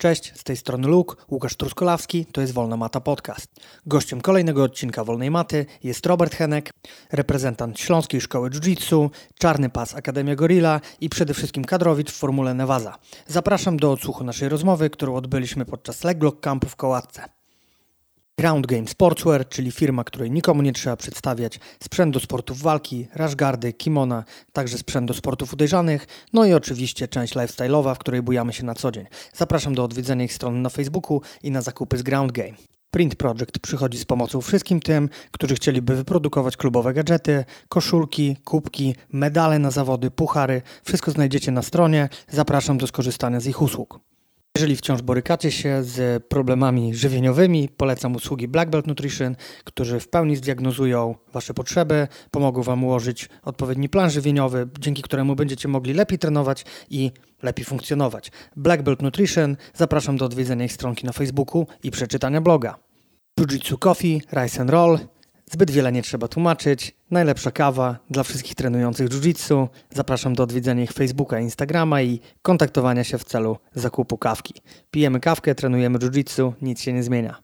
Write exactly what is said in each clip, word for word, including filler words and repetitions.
Cześć, z tej strony Luke, Łukasz Truskolawski, to jest Wolna Mata Podcast. Gościem kolejnego odcinka Wolnej Maty jest Robert Henek, reprezentant Śląskiej Szkoły Jiu-Jitsu, czarny pas Akademia Gorilla i przede wszystkim kadrowicz w Formule Nevada. Zapraszam do odsłuchu naszej rozmowy, którą odbyliśmy podczas Leglock Campu w Kołatce. Ground Game Sportswear, czyli firma, której nikomu nie trzeba przedstawiać, sprzęt do sportów walki, rashguardy, kimona, także sprzęt do sportów uderzanych, no i oczywiście część lifestyle'owa, w której bujamy się na co dzień. Zapraszam do odwiedzenia ich strony na Facebooku i na zakupy z Ground Game. Print Project przychodzi z pomocą wszystkim tym, którzy chcieliby wyprodukować klubowe gadżety, koszulki, kubki, medale na zawody, puchary. Wszystko znajdziecie na stronie. Zapraszam do skorzystania z ich usług. Jeżeli wciąż borykacie się z problemami żywieniowymi, polecam usługi Black Belt Nutrition, którzy w pełni zdiagnozują Wasze potrzeby, pomogą Wam ułożyć odpowiedni plan żywieniowy, dzięki któremu będziecie mogli lepiej trenować i lepiej funkcjonować. Black Belt Nutrition, zapraszam do odwiedzenia ich stronki na Facebooku i przeczytania bloga. Jiu-Jitsu Coffee, Rice and Roll. Zbyt wiele nie trzeba tłumaczyć. Najlepsza kawa dla wszystkich trenujących jiu-jitsu. Zapraszam do odwiedzenia ich Facebooka i Instagrama i kontaktowania się w celu zakupu kawki. Pijemy kawkę, trenujemy jiu-jitsu, nic się nie zmienia.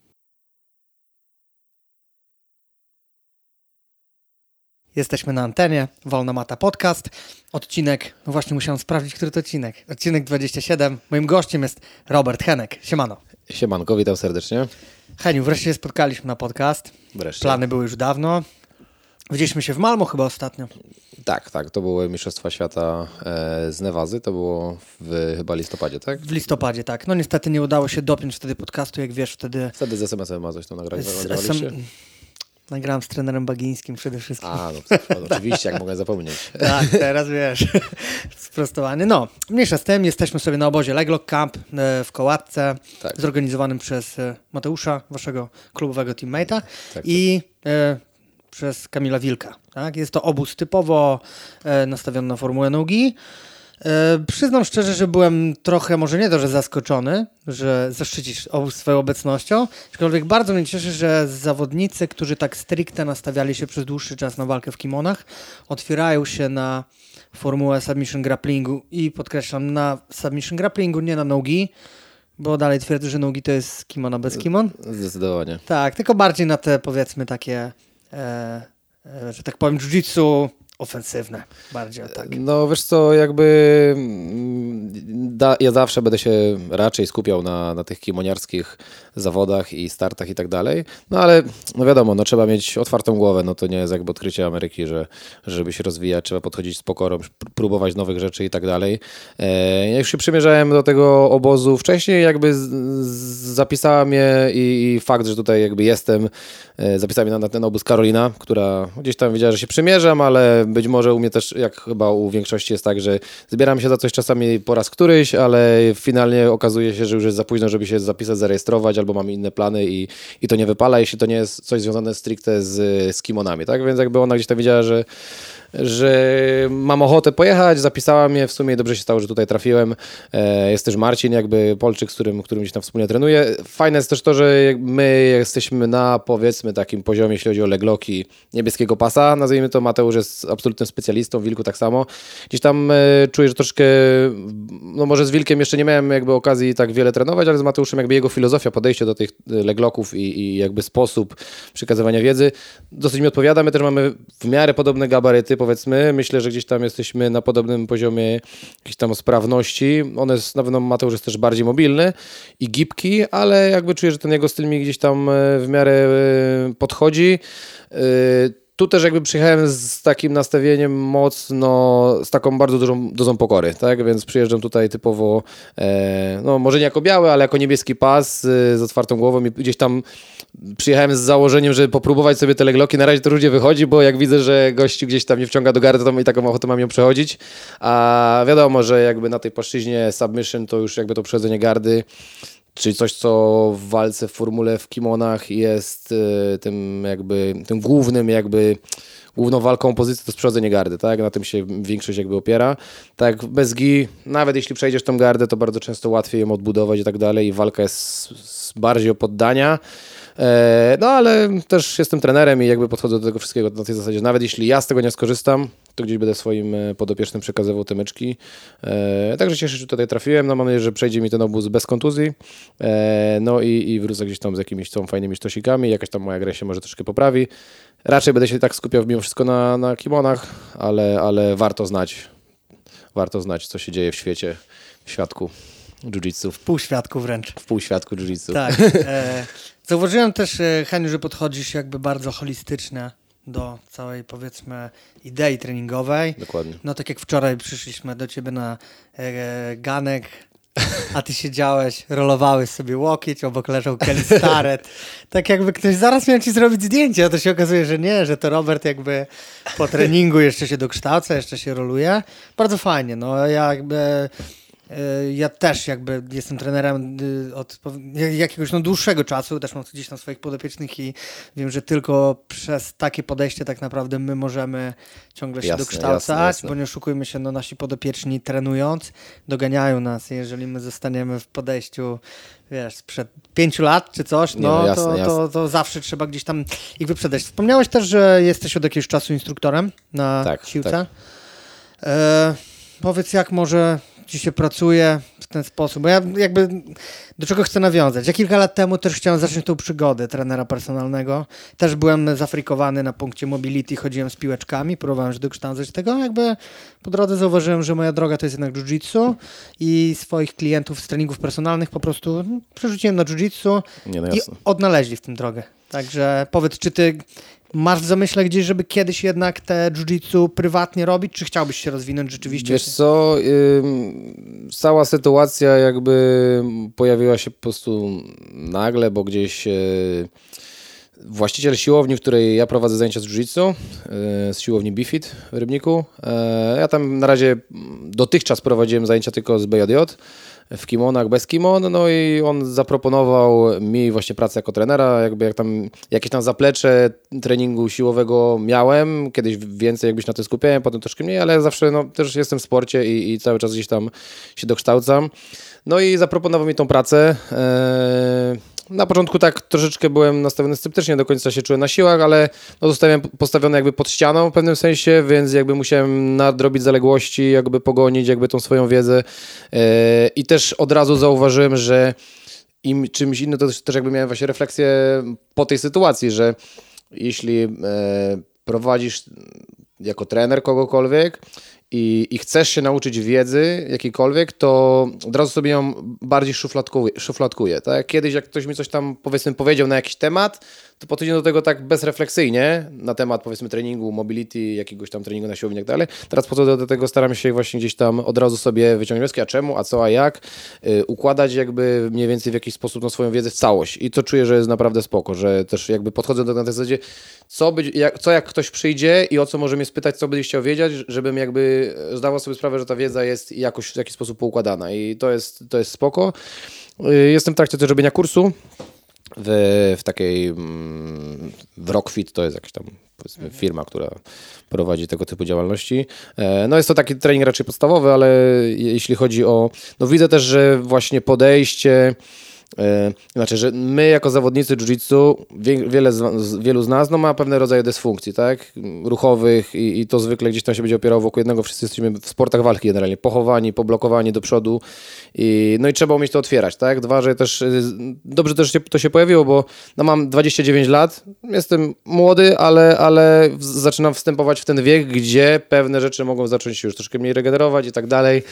Jesteśmy na antenie, Wolna Mata Podcast. Odcinek, no właśnie musiałem sprawdzić, który to odcinek. Odcinek dwadzieścia siedem. Moim gościem jest Robert Henek. Siemano. Siemanko, witam serdecznie. Heniu, wreszcie się spotkaliśmy na podcast. Wreszcie. Plany były już dawno. Widzieliśmy się w Malmo chyba ostatnio. Tak, tak, to były Mistrzostwa Świata e, z Nevazy, to było w chyba listopadzie, tak? W listopadzie, tak. No niestety nie udało się dopiąć wtedy podcastu, jak wiesz, wtedy... Wtedy z es em esem ma coś tam nagrać, Z nagraliście? S M... Nagrałem z trenerem Bagińskim przede wszystkim. A, no to, oczywiście, jak mogę zapomnieć. Tak, teraz wiesz, sprostowanie. No, mniejsza z tym, jesteśmy sobie na obozie Leglock Camp w Kołatce, tak. Zorganizowanym przez Mateusza, waszego klubowego teammate'a tak, i e, przez Kamila Wilka. Tak? Jest to obóz typowo e, nastawiony na formułę nogi. E, przyznam szczerze, że byłem trochę, może nie to, że zaskoczony, że zaszczycisz obóz swoją obecnością, aczkolwiek bardzo mnie cieszy, że zawodnicy, którzy tak stricte nastawiali się przez dłuższy czas na walkę w kimonach, otwierają się na formułę submission grapplingu i podkreślam, na submission grapplingu, nie na nogi, bo dalej twierdzę, że nogi to jest kimona bez kimon. Zdecydowanie. Tak, tylko bardziej na te, powiedzmy, takie, e, e, że tak powiem, jiu-jitsu ofensywne, bardziej tak. No wiesz co, jakby da, ja zawsze będę się raczej skupiał na, na tych kimoniarskich zawodach i startach i tak dalej, no ale no wiadomo, no trzeba mieć otwartą głowę, no to nie jest jakby odkrycie Ameryki, że żeby się rozwijać, trzeba podchodzić z pokorą, próbować nowych rzeczy i tak dalej. E, ja już się przymierzałem do tego obozu wcześniej, jakby z, z, zapisała mnie i, i fakt, że tutaj jakby jestem, e, zapisała mnie na, na ten obóz Karolina, która gdzieś tam wiedziała, że się przymierzam, ale być może u mnie też, jak chyba u większości jest tak, że zbieram się za coś czasami po raz któryś, ale finalnie okazuje się, że już jest za późno, żeby się zapisać, zarejestrować, albo mamy inne plany i, i to nie wypala, jeśli to nie jest coś związane stricte z, z kimonami, tak? Więc jakby ona gdzieś tam wiedziała, że że mam ochotę pojechać, zapisała mnie, w sumie dobrze się stało, że tutaj trafiłem. Jest też Marcin, jakby Polczyk, z którym, którym gdzieś tam wspólnie trenuję. Fajne jest też to, że my jesteśmy na, powiedzmy, takim poziomie, jeśli chodzi o leglocki niebieskiego pasa, nazwijmy to. Mateusz jest absolutnym specjalistą, Wilku tak samo. Gdzieś tam czuję, że troszkę, no może z Wilkiem jeszcze nie miałem jakby okazji tak wiele trenować, ale z Mateuszem jakby jego filozofia, podejście do tych leglocków i, i jakby sposób przekazywania wiedzy dosyć mi odpowiada. My też mamy w miarę podobne gabaryty, powiedzmy. Myślę, że gdzieś tam jesteśmy na podobnym poziomie jakiejś tam sprawności. On jest, na pewno Mateusz jest też bardziej mobilny i gibki, ale jakby czuję, że ten jego styl mi gdzieś tam w miarę podchodzi. Tu też jakby przyjechałem z takim nastawieniem mocno, z taką bardzo dużą dozą pokory, tak? Więc przyjeżdżam tutaj typowo, e, no może nie jako biały, ale jako niebieski pas e, z otwartą głową i gdzieś tam przyjechałem z założeniem, żeby popróbować sobie te leglocki. Na razie to różnie wychodzi, bo jak widzę, że gościu gdzieś tam nie wciąga do gardy, to i taką ochotę mam ją przechodzić. A wiadomo, że jakby na tej płaszczyźnie submission to już jakby to przechodzenie gardy, czyli coś, co w walce w formule w kimonach jest y, tym jakby, tym głównym jakby, główną walką opozycji to jest przechodzenie gardy, tak? Na tym się większość jakby opiera. Tak, bez gi, nawet jeśli przejdziesz tą gardę, to bardzo często łatwiej ją odbudować i tak dalej i walka jest bardziej o poddania. E, no ale też jestem trenerem i jakby podchodzę do tego wszystkiego na tej zasadzie. Nawet jeśli ja z tego nie skorzystam, to gdzieś będę swoim podopiecznym przekazywał te myczki. E, także cieszę się, że tutaj trafiłem. No mam nadzieję, że przejdzie mi ten obóz bez kontuzji. E, no i, i wrócę gdzieś tam z jakimiś tą fajnymi sztosikami. Jakaś tam moja gra się może troszkę poprawi. Raczej będę się tak skupiał mimo wszystko na, na kimonach, ale, ale warto znać, warto znać, co się dzieje w świecie, w świadku jiu-jitsu. W półświadku wręcz. W półświadku jiu-jitsu. Tak. E, zauważyłem też, Heniu, że podchodzisz jakby bardzo holistycznie do całej, powiedzmy, idei treningowej. Dokładnie. No tak jak wczoraj przyszliśmy do ciebie na e, ganek, a ty siedziałeś, rolowałeś sobie łokieć, obok leżał Kelly Starrett. Tak jakby ktoś zaraz miał ci zrobić zdjęcie, a to się okazuje, że nie, że to Robert jakby po treningu jeszcze się dokształca, jeszcze się roluje. Bardzo fajnie, no ja jakby... Ja też jakby jestem trenerem od jakiegoś no, dłuższego czasu, też mam gdzieś tam swoich podopiecznych i wiem, że tylko przez takie podejście tak naprawdę my możemy ciągle się jasne, dokształcać, jasne, jasne. bo nie oszukujmy się, no nasi podopieczni trenując doganiają nas. Jeżeli my zostaniemy w podejściu, wiesz, sprzed pięciu lat czy coś, no, nie, no jasne, to, jasne. to, to zawsze trzeba gdzieś tam ich wyprzedzać. Wspomniałeś też, że jesteś od jakiegoś czasu instruktorem na tak, siłce. Tak. E, powiedz, jak może ci się pracuje w ten sposób, bo ja jakby do czego chcę nawiązać. Ja kilka lat temu też chciałem zacząć tą przygodę trenera personalnego. Też byłem zafrikowany na punkcie mobility, chodziłem z piłeczkami, próbowałem się dokształcać tego. Jakby po drodze zauważyłem, że moja droga to jest jednak jiu-jitsu i swoich klientów z treningów personalnych po prostu przerzuciłem na jiu-jitsu Nie, no i jasne. odnaleźli w tym drogę. Także powiedz, czy ty masz w zamyśle gdzieś, żeby kiedyś jednak te jiu-jitsu prywatnie robić, czy chciałbyś się rozwinąć rzeczywiście? Wiesz co, ym, cała sytuacja jakby pojawiła się po prostu nagle, bo gdzieś yy, właściciel siłowni, w której ja prowadzę zajęcia z jiu-jitsu, yy, z siłowni Bifit w Rybniku, yy, ja tam na razie dotychczas prowadziłem zajęcia tylko z B J J, w kimonach, bez kimon, no i on zaproponował mi właśnie pracę jako trenera, jakby jak tam jakieś tam zaplecze treningu siłowego miałem, kiedyś więcej jakbyś na to skupiałem, potem troszkę mniej, ale zawsze no, też jestem w sporcie i, i cały czas gdzieś tam się dokształcam. No i zaproponował mi tą pracę. Eee, na początku tak troszeczkę byłem nastawiony sceptycznie, do końca się czułem na siłach, ale no, zostałem postawiony jakby pod ścianą w pewnym sensie, więc jakby musiałem nadrobić zaległości, jakby pogonić jakby tą swoją wiedzę eee, i też od razu zauważyłem, że im czymś innym to też, też jakby miałem właśnie refleksję po tej sytuacji, że jeśli e, prowadzisz jako trener kogokolwiek i, i chcesz się nauczyć wiedzy jakiejkolwiek, to od razu sobie ją bardziej szufladkuję. szufladkuję tak? Kiedyś jak ktoś mi coś tam powiedzmy powiedział na jakiś temat, to podchodziłem do tego tak bezrefleksyjnie na temat powiedzmy treningu, mobility, jakiegoś tam treningu na siłowni i tak dalej. Teraz podchodzę do tego, staram się właśnie gdzieś tam od razu sobie wyciągnąć wnioski, a czemu, a co, a jak, yy, układać jakby mniej więcej w jakiś sposób no, swoją wiedzę w całość i to czuję, że jest naprawdę spoko, że też jakby podchodzę do tego na zasadzie, co, by, jak, co jak ktoś przyjdzie i o co może mnie spytać, co będzie chciał wiedzieć, żebym jakby zdawał sobie sprawę, że ta wiedza jest jakoś w jakiś sposób poukładana i to jest, to jest spoko. Yy, jestem w trakcie też robienia kursu w, w takiej w Rockfit, to jest jakaś tam powiedzmy firma, która prowadzi tego typu działalności. No jest to taki trening raczej podstawowy, ale jeśli chodzi o... No widzę też, że właśnie podejście... Znaczy, że my jako zawodnicy jiu-jitsu, wie, wiele z, wielu z nas no, ma pewne rodzaje dysfunkcji, tak? Ruchowych i, i to zwykle gdzieś tam się będzie opierało wokół jednego. Wszyscy jesteśmy w sportach walki generalnie, pochowani, poblokowani do przodu i, no i trzeba umieć to otwierać, tak? Dwa, że też dobrze też się, to się pojawiło, bo no, mam dwadzieścia dziewięć lat, jestem młody, ale, ale zaczynam wstępować w ten wiek, gdzie pewne rzeczy mogą zacząć się już troszkę mniej regenerować i tak dalej.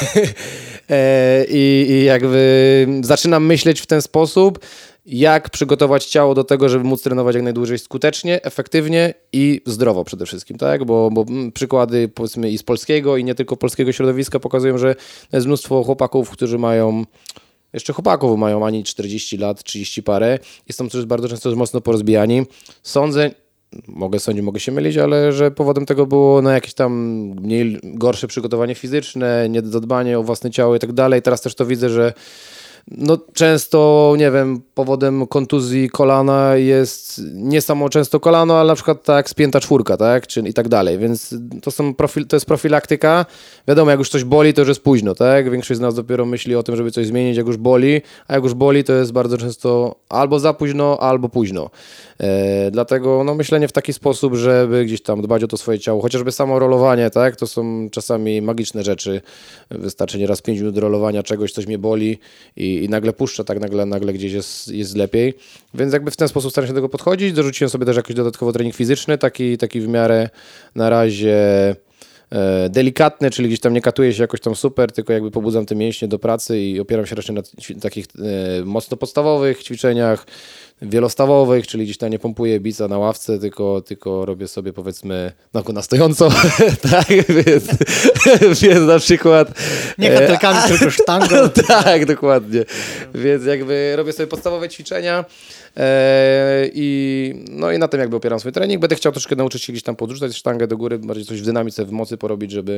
I, I jakby zaczynam myśleć w ten sposób, jak przygotować ciało do tego, żeby móc trenować jak najdłużej skutecznie, efektywnie i zdrowo przede wszystkim, tak? Bo, bo przykłady powiedzmy i z polskiego i nie tylko polskiego środowiska pokazują, że jest mnóstwo chłopaków, którzy mają, jeszcze chłopaków mają ani czterdzieści lat, trzydzieści parę i są też bardzo często mocno porozbijani. Sądzę, mogę sądzić, mogę się mylić, ale że powodem tego było no, jakieś tam mniej gorsze przygotowanie fizyczne, niedodbanie o własne ciało i tak dalej. Teraz też to widzę, że no często, nie wiem, powodem kontuzji kolana jest nie samo często kolano, ale na przykład tak spięta czwórka, tak, czy i tak dalej, więc to są profil, to jest profilaktyka. Wiadomo, jak już coś boli, to już jest późno, tak, większość z nas dopiero myśli o tym, żeby coś zmienić, jak już boli, a jak już boli, to jest bardzo często albo za późno, albo późno. E, dlatego no, myślenie w taki sposób, żeby gdzieś tam dbać o to swoje ciało, chociażby samo rolowanie, tak, to są czasami magiczne rzeczy. Wystarczy nieraz pięć minut rolowania czegoś, coś mnie boli i, i nagle puszcza, tak nagle, nagle gdzieś jest, jest lepiej. Więc jakby w ten sposób staram się do tego podchodzić. Dorzuciłem sobie też jakiś dodatkowo trening fizyczny, taki, taki w miarę na razie e, delikatny, czyli gdzieś tam nie katuję się jakoś tam super, tylko jakby pobudzam te mięśnie do pracy i opieram się raczej na ćwi- takich e, mocno podstawowych ćwiczeniach, wielostawowych, czyli gdzieś tam nie pompuję bica na ławce, tylko, tylko robię sobie powiedzmy nogu na stojąco, tak, więc, więc na przykład... Nie katelkami, e, tylko sztangą. Tak, dokładnie. Więc jakby robię sobie podstawowe ćwiczenia e, i no i na tym jakby opieram swój trening. Będę chciał troszkę nauczyć się gdzieś tam podrzucać sztangę do góry, bardziej coś w dynamice, w mocy porobić, żeby,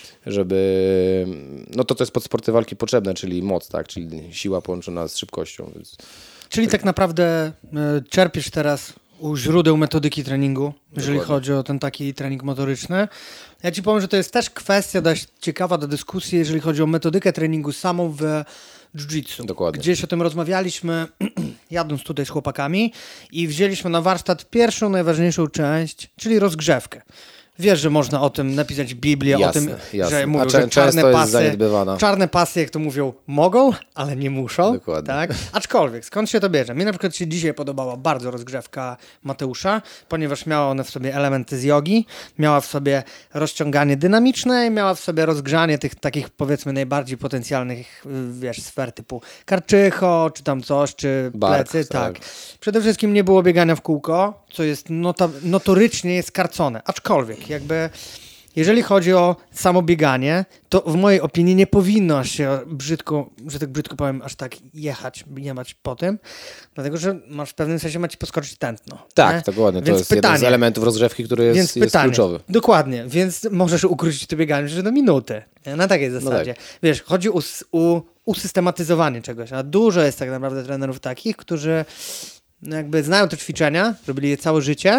żeby no to, co jest pod sporty walki potrzebne, czyli moc, tak, czyli siła połączona z szybkością, więc... Czyli tak naprawdę y, czerpiesz teraz u źródeł metodyki treningu, jeżeli Dokładnie. chodzi o ten taki trening motoryczny. Ja ci powiem, że to jest też kwestia dość ciekawa do dyskusji, jeżeli chodzi o metodykę treningu samą w jiu-jitsu. Dokładnie. Gdzieś o tym rozmawialiśmy, jadąc tutaj z chłopakami i wzięliśmy na warsztat pierwszą, najważniejszą część, czyli rozgrzewkę. Wiesz, że można o tym napisać Biblię, Jasne, o tym, jasne. że mówią, A że często czarne jest pasy, zaniedbywana. czarne pasy, jak to mówią, mogą, ale nie muszą. Dokładnie. Tak? Aczkolwiek, skąd się to bierze? Mnie na przykład się dzisiaj podobała bardzo rozgrzewka Mateusza, ponieważ miała ona w sobie elementy z jogi, miała w sobie rozciąganie dynamiczne i miała w sobie rozgrzanie tych takich, powiedzmy, najbardziej potencjalnych, wiesz, sfer typu karczycho, czy tam coś, czy Bark, plecy. Tak. tak. Przede wszystkim nie było biegania w kółko, co jest nota- notorycznie jest karcone. Aczkolwiek, jakby jeżeli chodzi o samo bieganie, to w mojej opinii nie powinno się brzydko, że tak brzydko powiem, aż tak jechać, jechać po tym, dlatego że masz w pewnym sensie ma ci poskoczyć tętno. Tak, nie? dokładnie. To Więc jest pytanie, jeden z elementów rozgrzewki, który jest, więc jest pytanie, kluczowy. Dokładnie, więc możesz ukrócić to bieganie że do minuty. Nie? Na takiej zasadzie. tak. Wiesz, chodzi o u, usystematyzowanie czegoś, a dużo jest tak naprawdę trenerów takich, którzy no jakby znają te ćwiczenia, robili je całe życie,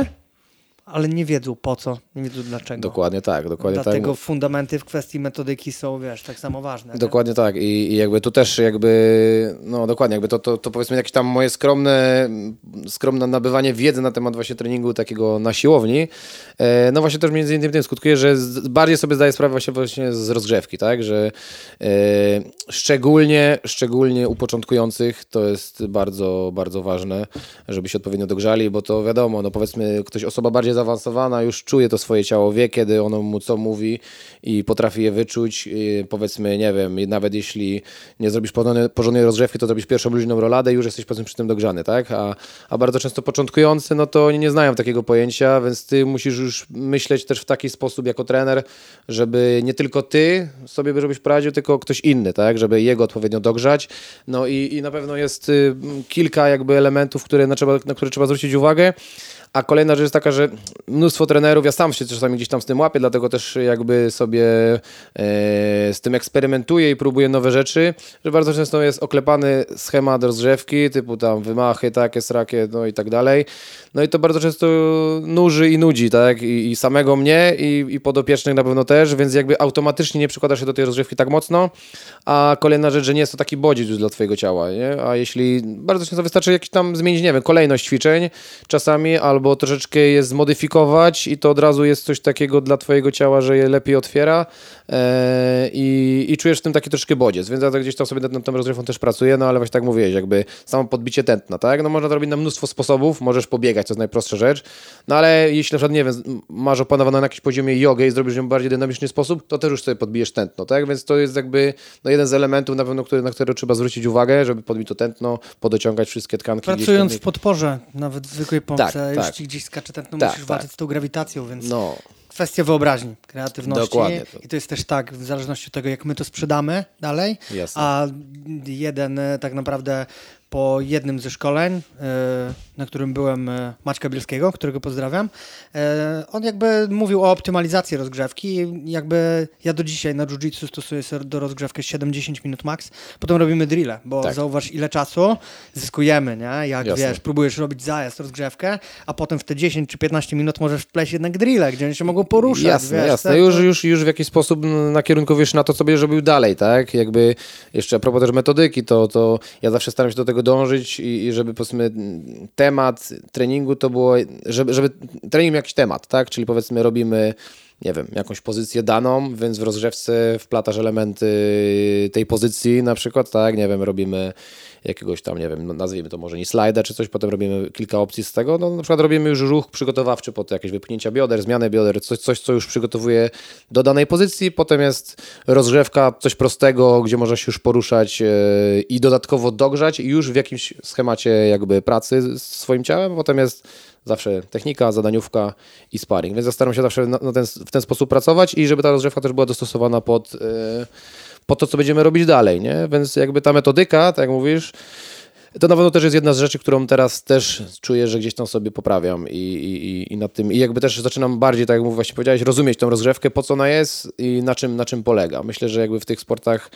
ale nie wiedzą po co, nie wiedzą dlaczego. Dokładnie tak, dokładnie Dlatego tak. fundamenty w kwestii metodyki są, wiesz, tak samo ważne. nie? Dokładnie tak I, i jakby tu też jakby, no dokładnie, jakby to, to, to powiedzmy jakieś tam moje skromne, skromne nabywanie wiedzy na temat właśnie treningu takiego na siłowni, e, no właśnie też między innymi tym skutkuje, że z, bardziej sobie zdaję sprawę właśnie, właśnie z rozgrzewki, tak, że e, szczególnie, szczególnie u początkujących to jest bardzo, bardzo ważne, żeby się odpowiednio dogrzali, bo to wiadomo, no powiedzmy ktoś, osoba bardziej zaawansowana już czuje to swoje ciało, wie kiedy ono mu co mówi i potrafi je wyczuć. I powiedzmy, nie wiem, nawet jeśli nie zrobisz porządnej, porządnej rozgrzewki, to zrobisz pierwszą luźną roladę i już jesteś powiedzmy przy tym dogrzany, tak? A, a bardzo często początkujący, no to oni nie znają takiego pojęcia, więc ty musisz już myśleć też w taki sposób jako trener, żeby nie tylko ty sobie żebyś poradził, tylko ktoś inny, tak? Żeby jego odpowiednio dogrzać. No i, i na pewno jest y, kilka jakby elementów, które, na, trzeba, na które trzeba zwrócić uwagę. A kolejna rzecz jest taka, że mnóstwo trenerów, ja sam się czasami gdzieś tam z tym łapię, dlatego też jakby sobie e, z tym eksperymentuję i próbuję nowe rzeczy, że bardzo często jest oklepany schemat rozgrzewki, typu tam wymachy, takie, srakie, no i tak dalej. No i to bardzo często nuży i nudzi, tak? I, i samego mnie, i, i podopiecznych na pewno też, więc jakby automatycznie nie przykładasz się do tej rozgrzewki tak mocno. A kolejna rzecz, że nie jest to taki bodziec już dla twojego ciała, nie? A jeśli bardzo często wystarczy jakiś tam zmienić, nie wiem, kolejność ćwiczeń czasami, albo troszeczkę je zmodyfikować i to od razu jest coś takiego dla twojego ciała, że je lepiej otwiera e, i, i czujesz w tym taki troszkę bodziec, więc ja tak gdzieś tam sobie nad, nad tą rozgrzewką też pracuję, no ale właśnie tak mówiłeś, jakby samo podbicie tętna, tak? No można to robić na mnóstwo sposobów, możesz pobiegać, to jest najprostsza rzecz, no ale jeśli na przykład, nie wiem, masz opanowaną na jakimś poziomie jogę i zrobisz ją w bardziej dynamiczny sposób, to też już sobie podbijesz tętno, tak? Więc to jest jakby no, jeden z elementów na pewno, który, na który trzeba zwrócić uwagę, żeby podbić to tętno, podociągać wszystkie tkanki. Pracując w podporze, nawet w zwykłej pompce, Tak, już tak. ci gdzieś skacze tętno, Tak, musisz tak. walczyć z tą grawitacją, więc No, kwestia wyobraźni, kreatywności. Dokładnie. I to jest też tak, w zależności od tego, jak my to sprzedamy dalej, Jasne. a jeden e, tak naprawdę po jednym ze szkoleń, na którym byłem, Maćka Bielskiego, którego pozdrawiam. On jakby mówił o optymalizacji rozgrzewki i jakby ja do dzisiaj na jiu-jitsu stosuję sobie do rozgrzewki siedem do dziesięciu minut max, potem robimy drille, bo tak. Zauważ ile czasu zyskujemy, nie? Jak Jasne. Wiesz, próbujesz robić zajazd, rozgrzewkę, a potem w te dziesięć czy piętnaście minut możesz wpleść jednak drille, gdzie oni się mogą poruszać. Jasne, wiesz, jasne. Tak? Już, już, już w jakiś sposób nakierunkujesz na to, co będziesz robił dalej, tak? Jakby jeszcze a propos też metodyki, to, to ja zawsze staram się do tego dążyć i, i żeby powiedzmy temat treningu to było, żeby, żeby trening miał jakiś temat, tak? Czyli powiedzmy robimy, nie wiem, jakąś pozycję daną, więc w rozgrzewce wplatasz elementy tej pozycji na przykład, tak? Nie wiem, robimy jakiegoś tam, nie wiem, nazwijmy to może nie slajda czy coś, potem robimy kilka opcji z tego, no na przykład robimy już ruch przygotowawczy pod jakieś wypchnięcia bioder, zmianę bioder, coś, coś co już przygotowuje do danej pozycji, potem jest rozgrzewka, coś prostego, gdzie można się już poruszać yy, i dodatkowo dogrzać i już w jakimś schemacie jakby pracy z swoim ciałem, potem jest zawsze technika, zadaniówka i sparring, więc ja staram się zawsze na, na ten, w ten sposób pracować i żeby ta rozgrzewka też była dostosowana pod yy, po to, co będziemy robić dalej, nie? Więc jakby ta metodyka, tak jak mówisz, to na pewno też jest jedna z rzeczy, którą teraz też czuję, że gdzieś tam sobie poprawiam i, i, i nad tym, i jakby też zaczynam bardziej, tak jak właśnie powiedziałeś, rozumieć tą rozgrzewkę, po co ona jest i na czym, na czym polega. Myślę, że jakby w tych sportach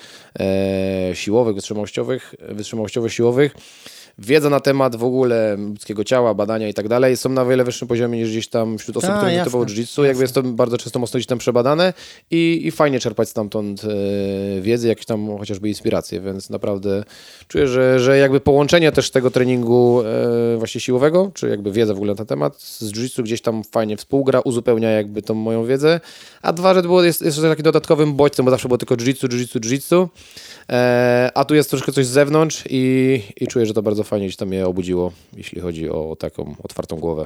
e, siłowych, wytrzymałościowych, wytrzymałościowych, siłowych, wiedza na temat w ogóle ludzkiego ciała, badania i tak dalej są na wiele wyższym poziomie niż gdzieś tam wśród osób, które typowo jiu-jitsu. Jakby jest to bardzo często mocno gdzieś tam przebadane i, i fajnie czerpać stamtąd e, wiedzy, jakieś tam chociażby inspiracje, więc naprawdę czuję, że, że jakby połączenie też tego treningu e, właśnie siłowego, czy jakby wiedza w ogóle na ten temat z jiu-jitsu gdzieś tam fajnie współgra, uzupełnia jakby tą moją wiedzę, a dwa, że było, jest, jest takim dodatkowym bodźcem, bo zawsze było tylko jiu-jitsu, jiu-jitsu, jiu-jitsu, e, a tu jest troszkę coś z zewnątrz i, i czuję, że to bardzo fajnie gdzieś tam mnie obudziło, jeśli chodzi o taką otwartą głowę.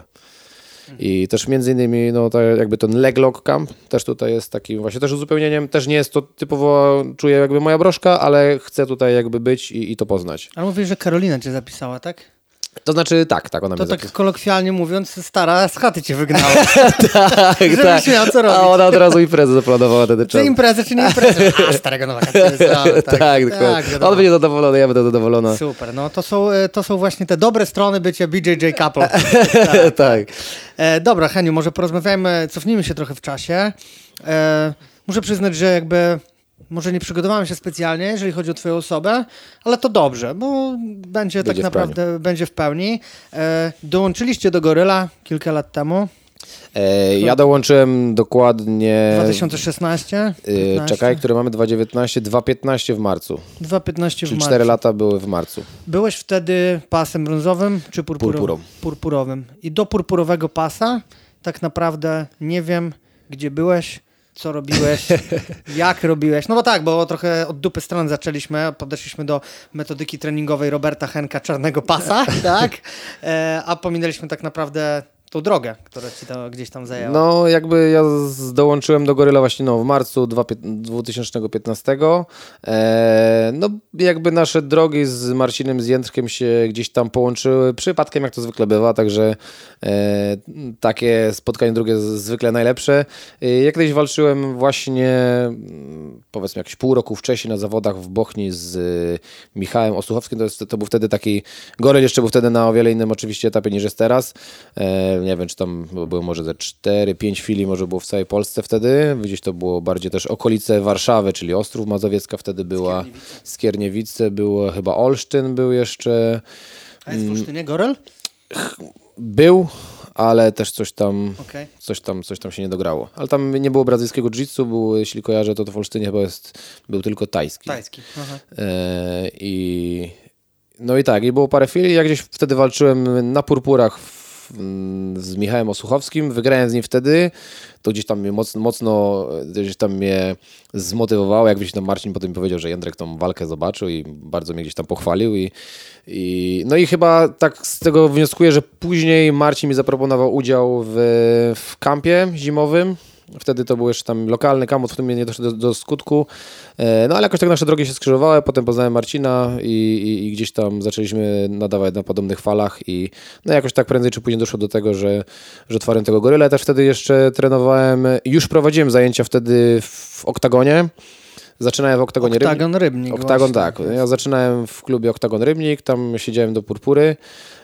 I też między innymi, no tak jakby ten leg lock camp też tutaj jest takim właśnie też uzupełnieniem, też nie jest to typowo, czuję jakby moja broszka, ale chcę tutaj jakby być i, i to poznać. Ale mówisz, że Karolina cię zapisała, tak? To znaczy tak, tak, ona to mnie tak zapisała. kolokwialnie mówiąc, stara z chaty cię wygnała. tak, Żebyś tak. miał co robić. A ona od razu imprezę zaplanowała wtedy czas. Czy imprezę, czy nie imprezę? A, starego na wakacje. tak, tak, tak, tak. On będzie zadowolony, ja będę zadowolona. Super, no to są, to są właśnie te dobre strony bycia B J J Couple. tak. tak. E, dobra, Heniu, może porozmawiajmy, cofnijmy się trochę w czasie. E, muszę przyznać, że jakby może nie przygotowałem się specjalnie, jeżeli chodzi o twoją osobę, ale to dobrze, bo będzie, będzie tak naprawdę pełni. będzie w pełni. E, dołączyliście do Goryla kilka lat temu. E, ja dołączyłem dokładnie... dwa tysiące szesnaście? E, czekaj, które mamy dwa tysiące dziewiętnaście, dwa tysiące piętnaście w marcu. dwa tysiące piętnaście w Czyli marcu. cztery lata były w marcu. Byłeś wtedy pasem brązowym czy purpurowym? Purpurą. Purpurowym. I do purpurowego pasa tak naprawdę nie wiem, gdzie byłeś, co robiłeś, jak robiłeś. No bo tak, bo trochę od dupy strony zaczęliśmy, podeszliśmy do metodyki treningowej Roberta Henka Czarnego Pasa, tak? E, a pominęliśmy tak naprawdę tą drogę, która ci to gdzieś tam zajęła. No jakby ja z, dołączyłem do Goryla właśnie no, w marcu dwa tysiące piętnastego. E, no jakby nasze drogi z Marcinem, z Jędrkiem się gdzieś tam połączyły przypadkiem, jak to zwykle bywa, także e, takie spotkanie drugie zwykle najlepsze. E, ja kiedyś walczyłem właśnie powiedzmy jakieś pół roku wcześniej na zawodach w Bochni z Michałem Osuchowskim. To, jest, to był wtedy taki, Goryl jeszcze był wtedy na o wiele innym oczywiście etapie niż jest teraz. E, nie wiem, czy tam było może ze cztery pięć chwili, może było w całej Polsce wtedy. Gdzieś to było bardziej też okolice Warszawy, czyli Ostrów Mazowiecka wtedy była, Skierniewice, Skierniewice było, chyba Olsztyn był jeszcze. A jest w Olsztynie Goryl? Był, ale też coś tam, okay. coś tam, coś tam się nie dograło. Ale tam nie było brazylijskiego jiu-jitsu, był, jeśli kojarzę, to, to w Olsztynie chyba jest, był tylko tajski. Tajski, aha. E, i, no i tak, i było parę chwil. Ja gdzieś wtedy walczyłem na purpurach w, z Michałem Osuchowskim, wygrałem z nim wtedy, to gdzieś tam mnie mocno, mocno gdzieś tam mnie zmotywowało, jak gdzieś tam Marcin potem mi powiedział, że Jędrek tą walkę zobaczył i bardzo mnie gdzieś tam pochwalił i, i no i chyba tak z tego wnioskuję, że później Marcin mi zaproponował udział w, w kampie zimowym. Wtedy to był jeszcze tam lokalny kamp, w którym nie doszło do, do skutku. No ale jakoś tak nasze drogi się skrzyżowały, potem poznałem Marcina i, i, i gdzieś tam zaczęliśmy nadawać na podobnych falach i no jakoś tak prędzej czy później doszło do tego, że, że otwarłem tego Goryla. Ja też wtedy jeszcze trenowałem, już prowadziłem zajęcia wtedy w oktagonie Zaczynałem w Oktagonie Oktagon Rybnik. Rybnik. Oktagon, właśnie. tak. Ja zaczynałem w klubie Oktagon Rybnik, tam siedziałem do purpury.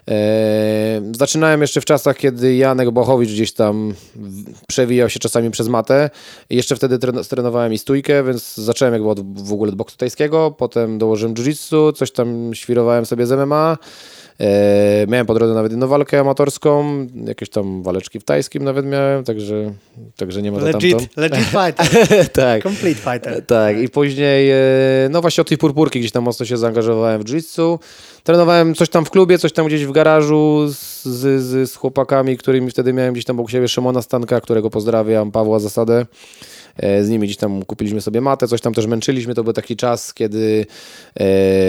Eee, zaczynałem jeszcze w czasach, kiedy Janek Bochowicz gdzieś tam przewijał się czasami przez matę. I jeszcze wtedy tren- trenowałem i stójkę, więc zacząłem jakby od w ogóle od boksu tajskiego, potem dołożyłem jiu-jitsu, coś tam świrowałem sobie z M M A. Eee, miałem po drodze nawet jedną walkę amatorską, jakieś tam waleczki w tajskim nawet miałem, także, także nie ma to Legit, tamto. legit fighter. Tak. Complete fighter. Tak, i później, e, no właśnie od tej purpurki gdzieś tam mocno się zaangażowałem w jiu-jitsu. Trenowałem coś tam w klubie, coś tam gdzieś w garażu z, z, z chłopakami, którymi wtedy miałem gdzieś tam obok siebie Szymona Stanka, którego pozdrawiam, Pawła Zasadę. Z nimi gdzieś tam kupiliśmy sobie matę, coś tam też męczyliśmy. To był taki czas, kiedy e,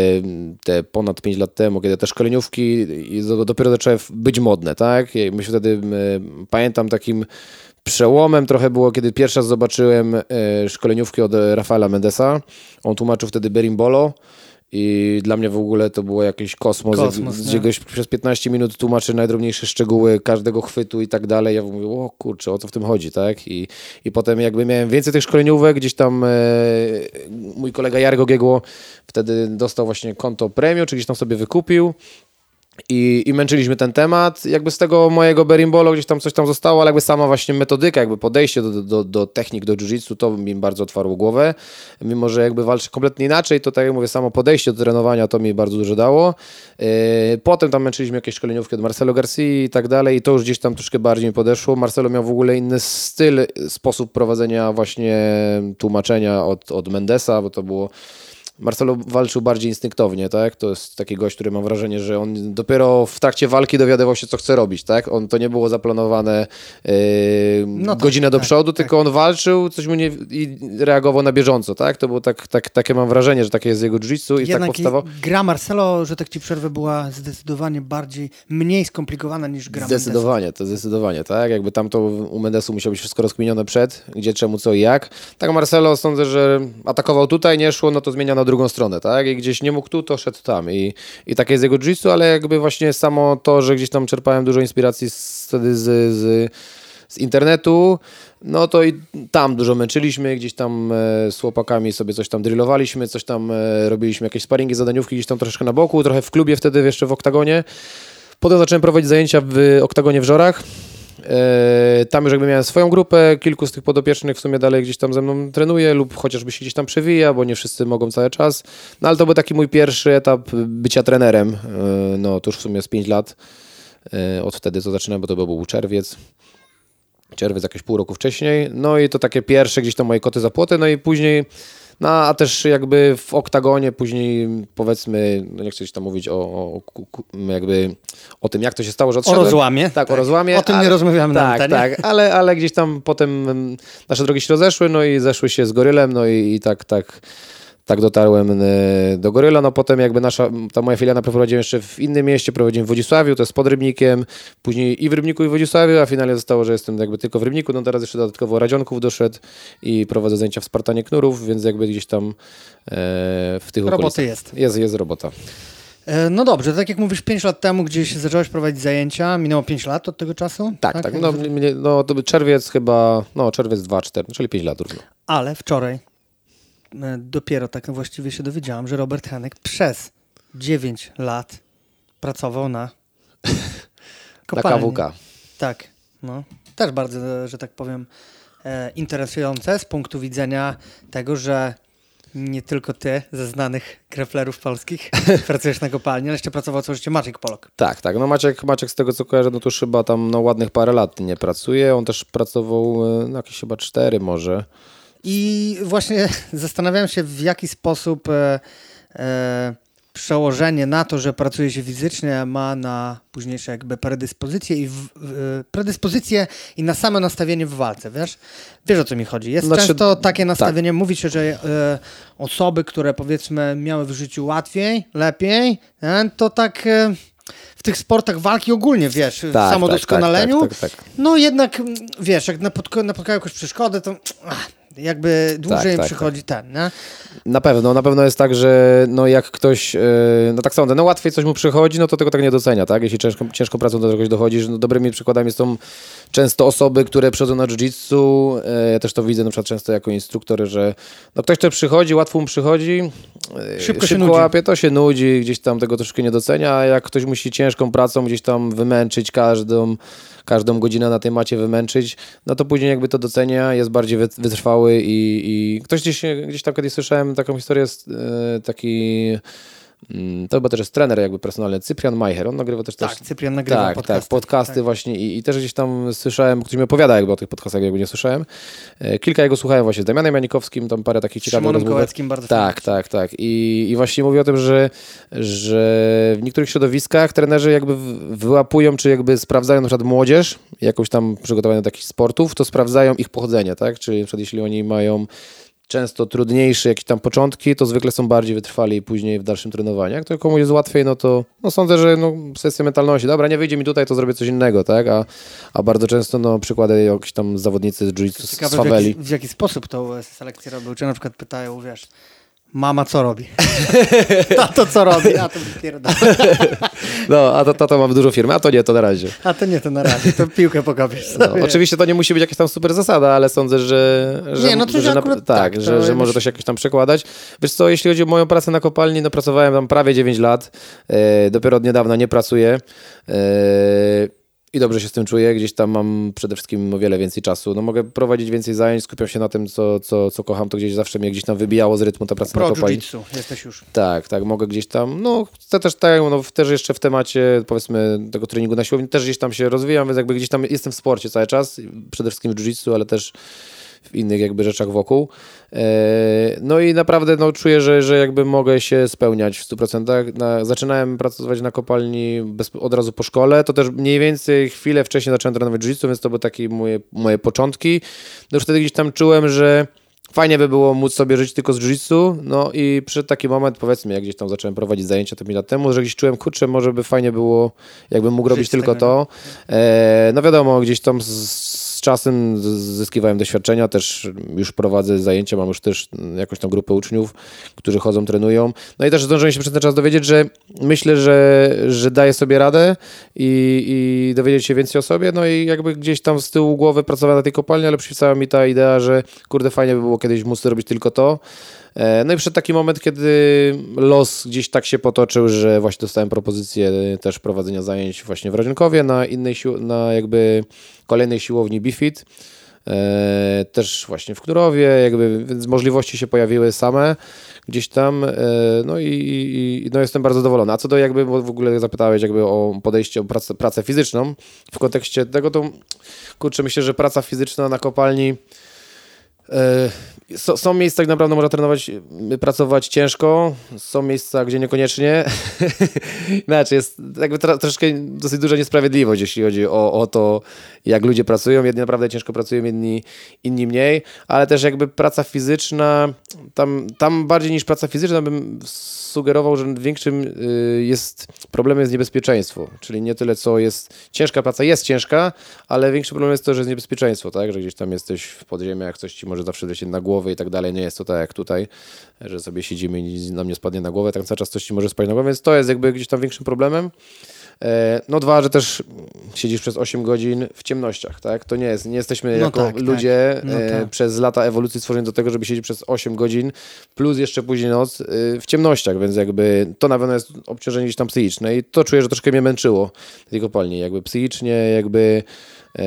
te ponad pięć lat temu, kiedy te szkoleniówki i dopiero zaczęły być modne, tak? I myśmy wtedy, e, pamiętam takim przełomem trochę było, kiedy pierwszy raz zobaczyłem e, szkoleniówki od Rafaela Mendesa. On tłumaczył wtedy berimbolo. I dla mnie w ogóle to było jakiś kosmos, Kosmos, gdzie goś przez piętnaście minut tłumaczy najdrobniejsze szczegóły każdego chwytu i tak dalej. Ja mówię, o kurczę, o co w tym chodzi, tak? I, i potem jakby miałem więcej tych szkoleniówek, gdzieś tam e, mój kolega Jargo Giegło wtedy dostał właśnie konto premium, czy gdzieś tam sobie wykupił. I, I męczyliśmy ten temat. Jakby z tego mojego berimbolo gdzieś tam coś tam zostało, ale jakby sama właśnie metodyka, jakby podejście do, do, do technik, do jiu-jitsu, to mi bardzo otwarło głowę. Mimo że jakby walczę kompletnie inaczej, to tak jak mówię, samo podejście do trenowania to mi bardzo dużo dało. Yy, potem tam męczyliśmy jakieś szkoleniówki od Marcelo Garcia i tak dalej i to już gdzieś tam troszkę bardziej mi podeszło. Marcelo miał w ogóle inny styl, sposób prowadzenia właśnie tłumaczenia od, od Mendesa, bo to było... Marcelo walczył bardziej instynktownie, tak? To jest taki gość, który mam wrażenie, że on dopiero w trakcie walki dowiadywał się, co chce robić, tak? On to nie było zaplanowane yy, no tak, godzinę do tak, przodu, tak. tylko on walczył, coś mu nie i reagował na bieżąco, tak? To było tak, tak, takie mam wrażenie, że takie jest jego jiu-jitsu i Jednak tak powstawał. gra Marcelo, że tak ci przerwę, była zdecydowanie bardziej, mniej skomplikowana niż gra Zdecydowanie, Mendesa. to zdecydowanie, tak? Jakby tam to u Mendesu musiało być wszystko rozkminione przed, gdzie, czemu, co i jak. Tak Marcelo sądzę, że atakował tutaj, nie szło, no to zmienia na drugą stronę, tak? I gdzieś nie mógł tu, to szedł tam. I, i takie jest jego jiu-jitsu, ale jakby właśnie samo to, że gdzieś tam czerpałem dużo inspiracji z, wtedy z, z, z internetu, no to i tam dużo męczyliśmy, gdzieś tam e, z chłopakami sobie coś tam drillowaliśmy, coś tam e, robiliśmy jakieś sparingi, zadaniówki gdzieś tam troszeczkę na boku, trochę w klubie wtedy jeszcze w Oktagonie. Potem zacząłem prowadzić zajęcia w Oktagonie w Żorach. E, tam już jakby miałem swoją grupę, kilku z tych podopiecznych w sumie dalej gdzieś tam ze mną trenuje lub chociażby się gdzieś tam przewija, bo nie wszyscy mogą cały czas. No ale to był taki mój pierwszy etap bycia trenerem, e, no to już w sumie z pięć lat. E, od wtedy co zaczynałem, bo to był czerwiec. Czerwiec jakieś pół roku wcześniej. No i to takie pierwsze gdzieś tam moje koty za płoty, no i później... No a też jakby w Oktagonie później powiedzmy, no nie chcę tam mówić o, o, jakby o tym, jak to się stało, że odszedłem. O rozłamie. Tak, tak, o rozłamie. O tym ale, nie rozmawiamy tak, na antenie. Tak, ale, ale gdzieś tam potem nasze drogi się rozeszły, no i zeszły się z Gorylem, no i, i tak, tak, tak dotarłem do Goryla. No potem jakby nasza, ta moja filia prowadziłem jeszcze w innym mieście, prowadziłem w Wodzisławiu, to jest pod Rybnikiem, później i w Rybniku i w Wodzisławiu, a finalnie zostało, że jestem jakby tylko w Rybniku, no teraz jeszcze dodatkowo Radzionków doszedł i prowadzę zajęcia w Spartanie Knurów, więc jakby gdzieś tam e, w tych Roboty okolicach. jest. Jest, jest robota. E, no dobrze, tak jak mówisz, pięć lat temu gdzieś zacząłeś prowadzić zajęcia, minęło pięć lat od tego czasu? Tak, tak, tak no, mnie, no to był czerwiec chyba, no czerwiec dwa cztery, czyli pięć lat równo. Ale wczoraj dopiero tak właściwie się dowiedziałam, że Robert Henek przez dziewięć lat pracował na kopalni. Na K W K. Tak, no. Też bardzo, że tak powiem, e, interesujące z punktu widzenia tego, że nie tylko ty ze znanych greflerów polskich pracujesz na kopalni, ale jeszcze pracował całe życie Maciek Polok. Tak, tak. No Maciek, Maciek z tego co kojarzę, no to już chyba tam no, ładnych parę lat nie pracuje. On też pracował no, jakieś chyba cztery może. I właśnie zastanawiam się, w jaki sposób e, e, przełożenie na to, że pracuje się fizycznie, ma na późniejsze jakby predyspozycje i w, w, predyspozycje i na samo nastawienie w walce, wiesz? Wiesz, o co mi chodzi. Jest znaczy, często takie nastawienie, tak. mówi się, że e, osoby, które powiedzmy miały w życiu łatwiej, lepiej, e, to tak... E, w tych sportach walki ogólnie, wiesz, w tak, samodoskonaleniu, tak, tak, tak, tak. no jednak, wiesz, jak napotkają jakąś przeszkodę, to ach, Jakby dłużej tak, tak, przychodzi tak. ten, nie? Na pewno, na pewno jest tak, że no jak ktoś, no tak sądzę, no łatwiej coś mu przychodzi, no to tego tak nie docenia, tak? Jeśli ciężką, ciężką pracą do czegoś dochodzisz, no dobrymi przykładami są często osoby, które przychodzą na jiu-jitsu, ja też to widzę na przykład często jako instruktor, że no ktoś, kto przychodzi, łatwo mu przychodzi, szybko, szybko się łapie, to się nudzi, gdzieś tam tego troszkę nie docenia, a jak ktoś musi ciężką pracą gdzieś tam wymęczyć każdą, każdą godzinę na tej macie wymęczyć, no to później jakby to docenia, jest bardziej wytrwały i, i ktoś gdzieś, gdzieś tam kiedyś słyszałem taką historię, jest taki, to chyba też jest trener jakby personalny, Cyprian Majcher, on nagrywa też... Tak, też, Cyprian nagrywa tak, podcasty. Tak, podcasty tak. właśnie i, i też gdzieś tam słyszałem, ktoś mi opowiada jakby o tych podcastach, jakby nie słyszałem. Kilka jego słuchałem właśnie z Damianem Janikowskim, tam parę takich ciekawych rozmów. rozmówek. Kołeckim bardzo Tak, tak, tak. I, I właśnie mówi o tym, że, że w niektórych środowiskach trenerzy jakby wyłapują, czy jakby sprawdzają na przykład młodzież, jakąś tam przygotowanie do takich sportów, to sprawdzają ich pochodzenie, tak? Czyli na przykład jeśli oni mają często trudniejsze jakieś tam początki, to zwykle są bardziej wytrwali później w dalszym trenowaniu. Jak to komuś jest łatwiej, no to no sądzę, że no, kwestia mentalności. Dobra, nie wyjdzie mi tutaj, to zrobię coś innego, tak? A, a bardzo często no, przykłady jakieś tam zawodnicy z jiu-jitsu z faweli. W jaki, w jaki sposób tą selekcję robił? Czy na przykład pytają, wiesz, mama co robi? Tato co robi? A to pierdolę. No, a to tato mam dużo firmy, a to nie, to na razie. A to nie, to na razie, to piłkę pokapiesz sobie. No, oczywiście to nie musi być jakaś tam super zasada, ale sądzę, że, że, nie, no to że, na, tak, tak, że, to że może to się jakoś tam przekładać. Wiesz co, jeśli chodzi o moją pracę na kopalni, no pracowałem tam prawie dziewięć lat, e, dopiero od niedawna nie pracuję. E, I dobrze się z tym czuję, gdzieś tam mam przede wszystkim o wiele więcej czasu. No mogę prowadzić więcej zajęć, skupiam się na tym, co, co, co kocham, to gdzieś zawsze mnie gdzieś tam wybijało z rytmu ta praca Pro na kopalni. jiu-jitsu jesteś już. Tak, tak, mogę gdzieś tam, no chcę też tak, no też jeszcze w temacie powiedzmy tego treningu na siłowni, też gdzieś tam się rozwijam, więc jakby gdzieś tam jestem w sporcie cały czas, przede wszystkim w jiu-jitsu, ale też w innych jakby rzeczach wokół. No i naprawdę no, czuję, że, że jakby mogę się spełniać w stu procentach. Na, zaczynałem pracować na kopalni bez, od razu po szkole, to też mniej więcej chwilę wcześniej zacząłem trenować jiu-jitsu, więc to były takie moje, moje początki. No już wtedy gdzieś tam czułem, że fajnie by było móc sobie żyć tylko z jiu-jitsu, no i przyszedł taki moment, powiedzmy, jak gdzieś tam zacząłem prowadzić zajęcia te lat temu, że gdzieś czułem, kurczę, może by fajnie było, jakbym mógł robić tylko to. E, no wiadomo, gdzieś tam z, z czasem zyskiwałem doświadczenia, też już prowadzę zajęcia, mam już też jakąś tam grupę uczniów, którzy chodzą, trenują. No i też zdążyłem się przez ten czas dowiedzieć, że myślę, że, że daję sobie radę i, i dowiedzieć się więcej o sobie, no i jakby gdzieś tam z tyłu głowy pracowałem na tej kopalni, ale przypisała mi ta idea, że kurde, fajnie by było kiedyś móc robić tylko to. No i przyszedł taki moment, kiedy los gdzieś tak się potoczył, że właśnie dostałem propozycję też prowadzenia zajęć właśnie w Rodzynkowie na innej sił- na jakby kolejnej siłowni BeFit. E, też właśnie w Knurowie, jakby, więc możliwości się pojawiły same gdzieś tam, e, no i, i no jestem bardzo zadowolony. A co do jakby, bo w ogóle zapytałeś jakby o podejście, o pracę, pracę fizyczną, w kontekście tego to, kurczę, myślę, że praca fizyczna na kopalni e, So, są miejsca, tak naprawdę można trenować, pracować ciężko, są miejsca, gdzie niekoniecznie. Znaczy jest jakby tra- troszkę dosyć duża niesprawiedliwość, jeśli chodzi o, o to, jak ludzie pracują. Jedni naprawdę ciężko pracują, inni, inni mniej, ale też jakby praca fizyczna, tam, tam bardziej niż praca fizyczna bym sugerował, że większym y, jest problemem jest niebezpieczeństwo, czyli nie tyle co jest, ciężka praca jest ciężka, ale większy problem jest to, że jest niebezpieczeństwo, tak, że gdzieś tam jesteś w podziemiach, coś ci może zawsze lecieć na głowę i tak dalej, nie jest to tak jak tutaj, że sobie siedzimy i nic nam nie spadnie na głowę, tak cały czas coś ci może spaść na głowę, więc to jest jakby gdzieś tam większym problemem. No dwa, że też siedzisz przez osiem godzin w ciemnościach, tak? To nie jest, nie jesteśmy no jako tak, ludzie tak. No e, tak. przez lata ewolucji stworzeni do tego, żeby siedzieć przez osiem godzin, plus jeszcze później noc e, w ciemnościach, więc jakby to na pewno jest obciążenie gdzieś tam psychiczne i to czuję, że troszkę mnie męczyło w tej kopalni, jakby psychicznie, jakby e,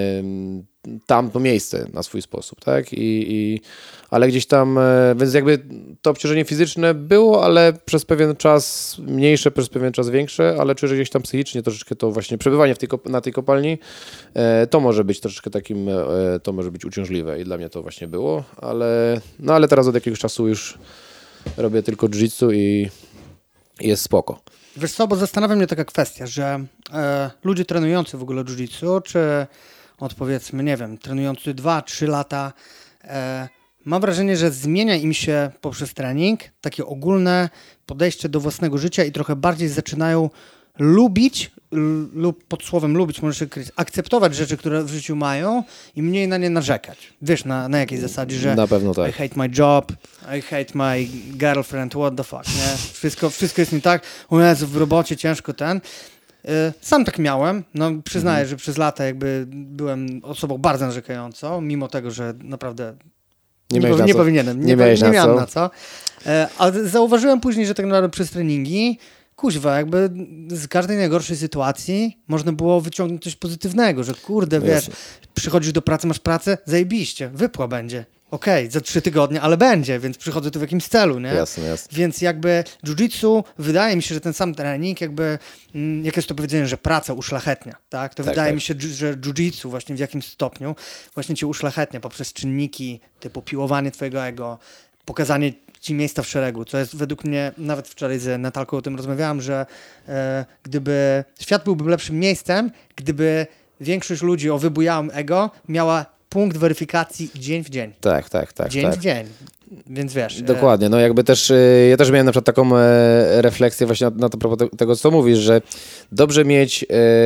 tam to miejsce na swój sposób, tak? I, i, ale gdzieś tam, e, więc jakby to obciążenie fizyczne było, ale przez pewien czas mniejsze, przez pewien czas większe, ale czuję, że gdzieś tam psychicznie troszeczkę to właśnie przebywanie w tej, na tej kopalni, e, to może być troszeczkę takim, e, to może być uciążliwe i dla mnie to właśnie było, ale, no ale teraz od jakiegoś czasu już robię tylko jiu-jitsu i, i jest spoko. Wiesz co, bo zastanawia mnie taka kwestia, że e, ludzie trenujący w ogóle jiu-jitsu, czy od powiedzmy, nie wiem, trenujący dwa trzy lata, e, mam wrażenie, że zmienia im się poprzez trening takie ogólne podejście do własnego życia i trochę bardziej zaczynają lubić l- lub pod słowem lubić możesz się kryć, akceptować rzeczy, które w życiu mają i mniej na nie narzekać. Wiesz, na, na jakiej zasadzie, że na pewno tak. I hate my job, I hate my girlfriend, what the fuck, nie? Wszystko, wszystko jest nie tak, o Jezu, w robocie ciężko ten. Sam tak miałem, no przyznaję, mhm. że przez lata jakby byłem osobą bardzo narzekającą, mimo tego, że naprawdę nie, nie, powi- nie powinienem, nie, nie, nie na miałem co. na co. Ale zauważyłem później, że tak naprawdę przez treningi, kuźwa, jakby z każdej najgorszej sytuacji można było wyciągnąć coś pozytywnego, że kurde, wiesz, Jasne. przychodzisz do pracy, masz pracę, zajebiście, wypła będzie. Okej, okay, za trzy tygodnie, ale będzie, więc przychodzę tu w jakimś celu, nie? Jasne, jasne. Więc jakby jiu-jitsu, wydaje mi się, że ten sam trening, jakby, mm, jak jest to powiedzenie, że praca uszlachetnia, tak? To tak, wydaje tak. mi się, że jiu-jitsu właśnie w jakimś stopniu właśnie cię uszlachetnia poprzez czynniki typu piłowanie twojego ego, pokazanie ci miejsca w szeregu, co jest według mnie, nawet wczoraj z Natalką o tym rozmawiałam, że e, gdyby świat byłby lepszym miejscem, gdyby większość ludzi o wybujałym ego miała punkt weryfikacji dzień w dzień. Tak, tak, tak. Dzień tak. w dzień. Więc wiesz. Dokładnie, no jakby też, ja też miałem na przykład taką refleksję właśnie na, na to propos tego, co mówisz, że dobrze mieć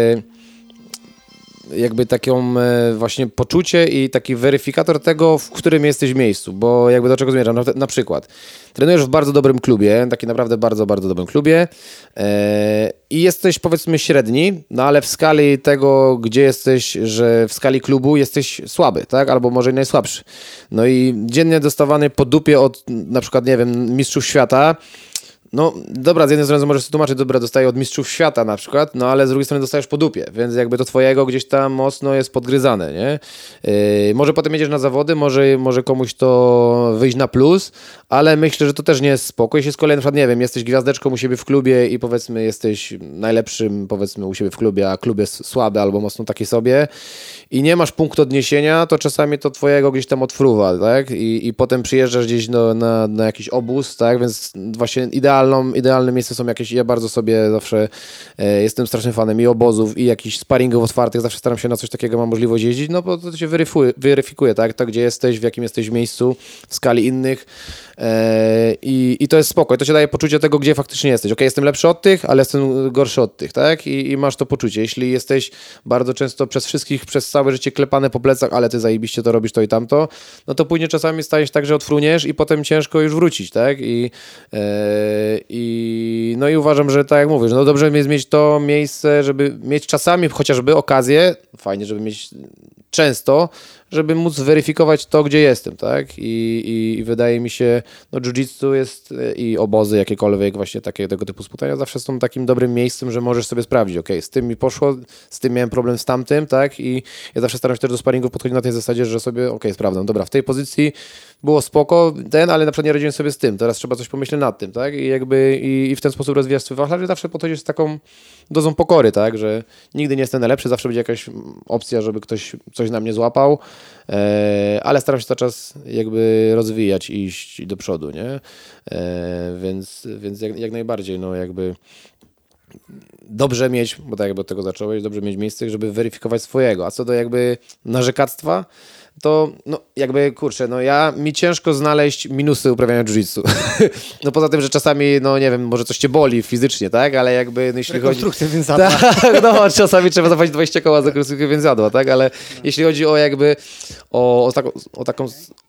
jakby taką właśnie poczucie i taki weryfikator tego, w którym jesteś miejscu, bo jakby do czego zmierzam, na, na przykład trenujesz w bardzo dobrym klubie, taki naprawdę bardzo, bardzo dobrym klubie yy, i jesteś powiedzmy średni, no ale w skali tego, gdzie jesteś, że w skali klubu jesteś słaby, tak, albo może najsłabszy. No i dziennie dostawany po dupie od na przykład, nie wiem, mistrzów świata. No dobra, z jednej strony możesz sobie tłumaczyć, dobra, dostaję od mistrzów świata na przykład, no ale z drugiej strony dostajesz po dupie, więc jakby to twojego gdzieś tam mocno jest podgryzane, nie? Yy, może potem jedziesz na zawody, może, może komuś to wyjść na plus, ale myślę, że to też nie jest spoko. Jeśli z kolei na przykład, nie wiem, jesteś gwiazdeczką u siebie w klubie i powiedzmy jesteś najlepszym, powiedzmy u siebie w klubie, a klub jest słaby albo mocno taki sobie i nie masz punktu odniesienia, to czasami to twojego gdzieś tam odfruwa, tak? I, i potem przyjeżdżasz gdzieś no, na, na jakiś obóz, tak? Więc właśnie idealną, idealne miejsca są jakieś, ja bardzo sobie zawsze e, jestem strasznym fanem i obozów, i jakichś sparingów otwartych, zawsze staram się na coś takiego, mam możliwość jeździć, no bo to się weryfikuje, weryfikuje, tak? To gdzie jesteś, w jakim jesteś miejscu, w skali innych e, i, i to jest spoko, i to się daje poczucie tego, gdzie faktycznie jesteś. Okej, jestem lepszy od tych, ale jestem gorszy od tych, tak? I, i masz to poczucie. Jeśli jesteś bardzo często przez wszystkich, przez całe życie klepane po plecach, ale ty zajebiście to robisz to i tamto, no to później czasami stajesz tak, że odfruniesz i potem ciężko już wrócić, tak? I, e, i no i uważam, że tak jak mówisz, no dobrze jest mieć to miejsce, żeby mieć czasami chociażby okazję, fajnie, żeby mieć często, żeby móc weryfikować to, gdzie jestem, tak? I, i, i wydaje mi się, no jiu-jitsu jest i obozy jakiekolwiek właśnie takie tego typu spotkania zawsze są takim dobrym miejscem, że możesz sobie sprawdzić, ok, z tym mi poszło, z tym miałem problem z tamtym, tak? I ja zawsze staram się też do sparingów podchodzić na tej zasadzie, że sobie, ok, sprawdzam, dobra, w tej pozycji było spoko, ten, ale na przykład nie radziłem sobie z tym, teraz trzeba coś pomyśleć nad tym, tak? I jakby i, i w ten sposób rozwijasz swój wachlarz, że zawsze podchodzisz z taką dozą pokory, tak? Że nigdy nie jestem najlepszy, zawsze będzie jakaś opcja, żeby ktoś coś na mnie złapał, e, ale staram się cały czas jakby rozwijać i iść do przodu, nie? E, więc więc jak, jak najbardziej, no jakby dobrze mieć, bo tak jakby od tego zacząłeś, dobrze mieć miejsce, żeby weryfikować swojego. A co do jakby narzekactwa, to no jakby, kurczę, no ja, mi ciężko znaleźć minusy uprawiania jiu-jitsu. No poza tym, że czasami, no nie wiem, może coś cię boli fizycznie, tak? Ale jakby, no jeśli chodzi... Rekonstrukcja więzadła. Tak, no czasami trzeba zapłacić dwadzieścia koła za rekonstrukcję więzadła, tak? Ale no. Jeśli chodzi o jakby, o, o, taką, o taką...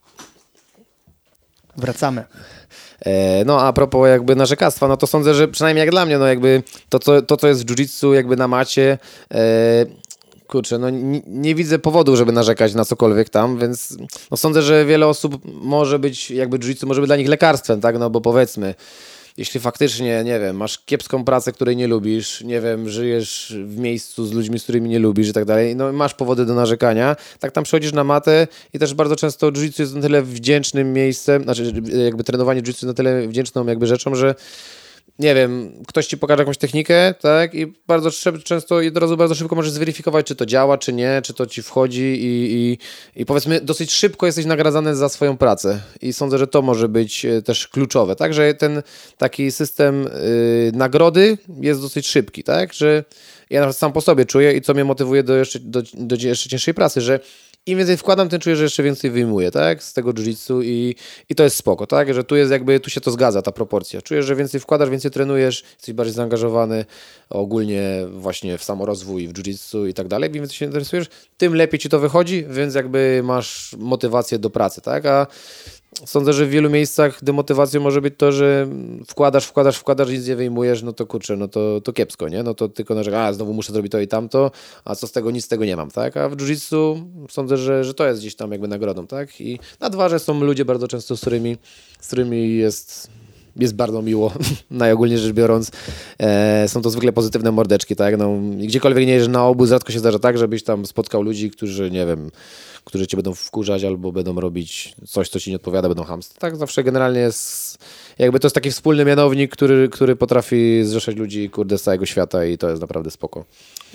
Wracamy. No a propos jakby narzekactwa, no to sądzę, że przynajmniej jak dla mnie, no jakby to, co, to, co jest w jiu-jitsu jakby na macie, e, kurczę, no nie, nie widzę powodu, żeby narzekać na cokolwiek tam, więc no sądzę, że wiele osób może być, jakby jiu-jitsu może być dla nich lekarstwem, tak, no bo powiedzmy, jeśli faktycznie, nie wiem, masz kiepską pracę, której nie lubisz, nie wiem, żyjesz w miejscu z ludźmi, z którymi nie lubisz i tak dalej, no masz powody do narzekania, tak tam przychodzisz na matę i też bardzo często jiu-jitsu jest na tyle wdzięcznym miejscem, znaczy jakby trenowanie jiu-jitsu jest na tyle wdzięczną jakby rzeczą, że nie wiem, ktoś ci pokaże jakąś technikę, tak, i bardzo często i od razu bardzo szybko możesz zweryfikować, czy to działa, czy nie, czy to ci wchodzi i, i, i powiedzmy dosyć szybko jesteś nagradzany za swoją pracę i sądzę, że to może być też kluczowe, tak, że ten taki system yy, nagrody jest dosyć szybki, tak, że ja nawet sam po sobie czuję i co mnie motywuje do jeszcze, do, do jeszcze cięższej pracy, że im więcej wkładam, tym czuję, że jeszcze więcej wyjmuję, tak, z tego jiu-jitsu i, i to jest spoko, tak, że tu jest jakby, tu się to zgadza, ta proporcja. Czujesz, że więcej wkładasz, więcej trenujesz, jesteś bardziej zaangażowany ogólnie właśnie w samorozwój, w jiu-jitsu i tak dalej, im więcej się interesujesz, tym lepiej ci to wychodzi, więc jakby masz motywację do pracy, tak, a sądzę, że w wielu miejscach demotywacją może być to, że wkładasz, wkładasz, wkładasz i nic nie wyjmujesz, no to kurczę, no to, to kiepsko, nie? No to tylko narzekasz, a znowu muszę zrobić to i tamto, a co z tego, nic z tego nie mam, tak? A w jiu-jitsu sądzę, że, że to jest gdzieś tam jakby nagrodą, tak? I na dwa, że są ludzie bardzo często, z którymi, z którymi jest... jest bardzo miło, najogólniej rzecz biorąc. E, są to zwykle pozytywne mordeczki, tak? No, gdziekolwiek nie jedziesz na obóz, rzadko się zdarza tak, żebyś tam spotkał ludzi, którzy, nie wiem, którzy cię będą wkurzać albo będą robić coś, co ci nie odpowiada, będą chamstwo. Tak zawsze generalnie jest, jakby to jest taki wspólny mianownik, który, który potrafi zrzeszać ludzi, kurde, z całego świata i to jest naprawdę spoko.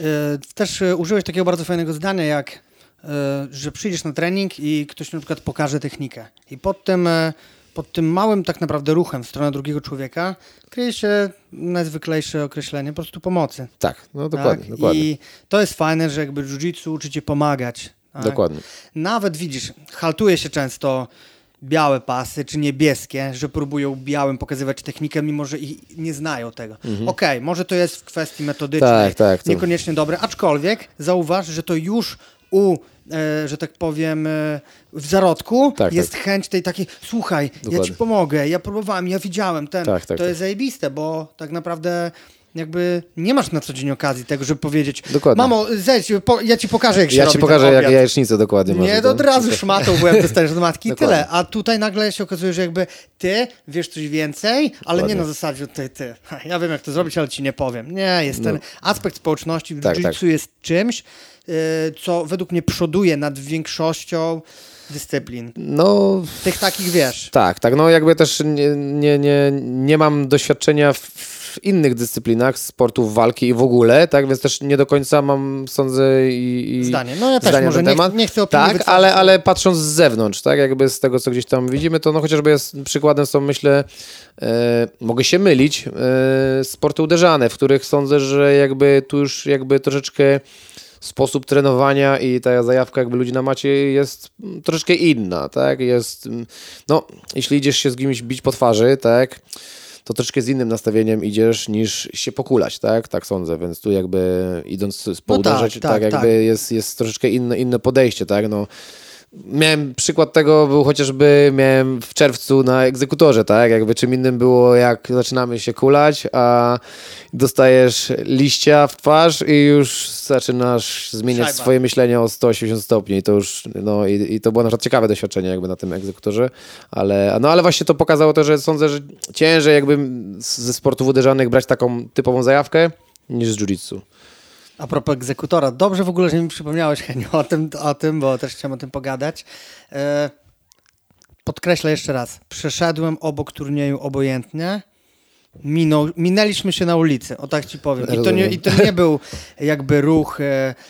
Też użyłeś takiego bardzo fajnego zdania, jak że przyjdziesz na trening i ktoś na przykład pokaże technikę i pod tym pod tym małym tak naprawdę ruchem w stronę drugiego człowieka kryje się najzwyklejsze określenie po prostu pomocy. Tak, no dokładnie, tak? dokładnie. I to jest fajne, że jakby jiu-jitsu uczy cię pomagać. Tak? Dokładnie. Nawet widzisz, haltuje się często białe pasy czy niebieskie, że próbują białym pokazywać technikę, mimo że ich nie znają tego. Mhm. Okej, okay, może to jest w kwestii metodycznej, tak, tak, to... niekoniecznie dobre, aczkolwiek zauważ, że to już u E, że tak powiem, e, w zarodku tak, jest tak. chęć tej takiej, słuchaj, Dokładnie. ja ci pomogę, ja próbowałem, ja widziałem ten. Tak, tak, to tak. jest zajebiste, bo tak naprawdę jakby nie masz na co dzień okazji tego, żeby powiedzieć, dokładnie. Mamo, zejdź, po, ja ci pokażę, jak się ja robi ci pokażę, ten jak obiad. jajecznicę dokładnie. Nie, to od razu szmatą w łeb dostajesz do matki i Dokładnie. tyle. A tutaj nagle się okazuje, że jakby ty wiesz coś więcej, ale dokładnie. nie na zasadzie, że ty, ty. Ja wiem, jak to zrobić, ale ci nie powiem. Nie, jest ten no. aspekt społeczności w tak, jiu-jitsu tak. jest czymś, co według mnie przoduje nad większością dyscyplin. No, tych takich, wiesz. Tak, tak, no jakby też nie, nie, nie, nie mam doświadczenia w, w innych dyscyplinach sportów walki i w ogóle, tak, więc też nie do końca mam, sądzę, i, i zdanie. No ja też może na nie, temat. nie chcę opinii Tak, ale, ale patrząc z zewnątrz, tak, jakby z tego, co gdzieś tam widzimy, to no chociażby jest przykładem są, myślę, e, mogę się mylić, e, sporty uderzane, w których sądzę, że jakby tu już jakby troszeczkę sposób trenowania i ta zajawka jakby ludzi na macie jest troszeczkę inna, tak, jest, no, jeśli idziesz się z kimś bić po twarzy, tak, to troszeczkę z innym nastawieniem idziesz niż się pokulać, tak, tak sądzę, więc tu jakby idąc pouderzać, no tak, tak, tak, tak, jakby tak. Jest, jest troszeczkę inne, inne podejście, tak, no. Miałem przykład tego, był chociażby, miałem w czerwcu na egzekutorze, tak, jakby czym innym było, jak zaczynamy się kulać, a dostajesz liścia w twarz i już zaczynasz zmieniać Szajba. swoje myślenie o sto osiemdziesiąt stopni, to już, no i, i to było na przykład ciekawe doświadczenie jakby na tym egzekutorze, ale, no ale właśnie to pokazało to, że sądzę, że ciężej jakby ze sportów uderzanych brać taką typową zajawkę niż z jiu-jitsu. A propos egzekutora, dobrze w ogóle, że mi przypomniałeś, Heniu, o tym, o tym, bo też chciałem o tym pogadać. E, podkreślę jeszcze raz. Przeszedłem obok turnieju obojętnie. Minął, minęliśmy się na ulicy, o tak ci powiem. I to nie, i to nie był jakby ruch,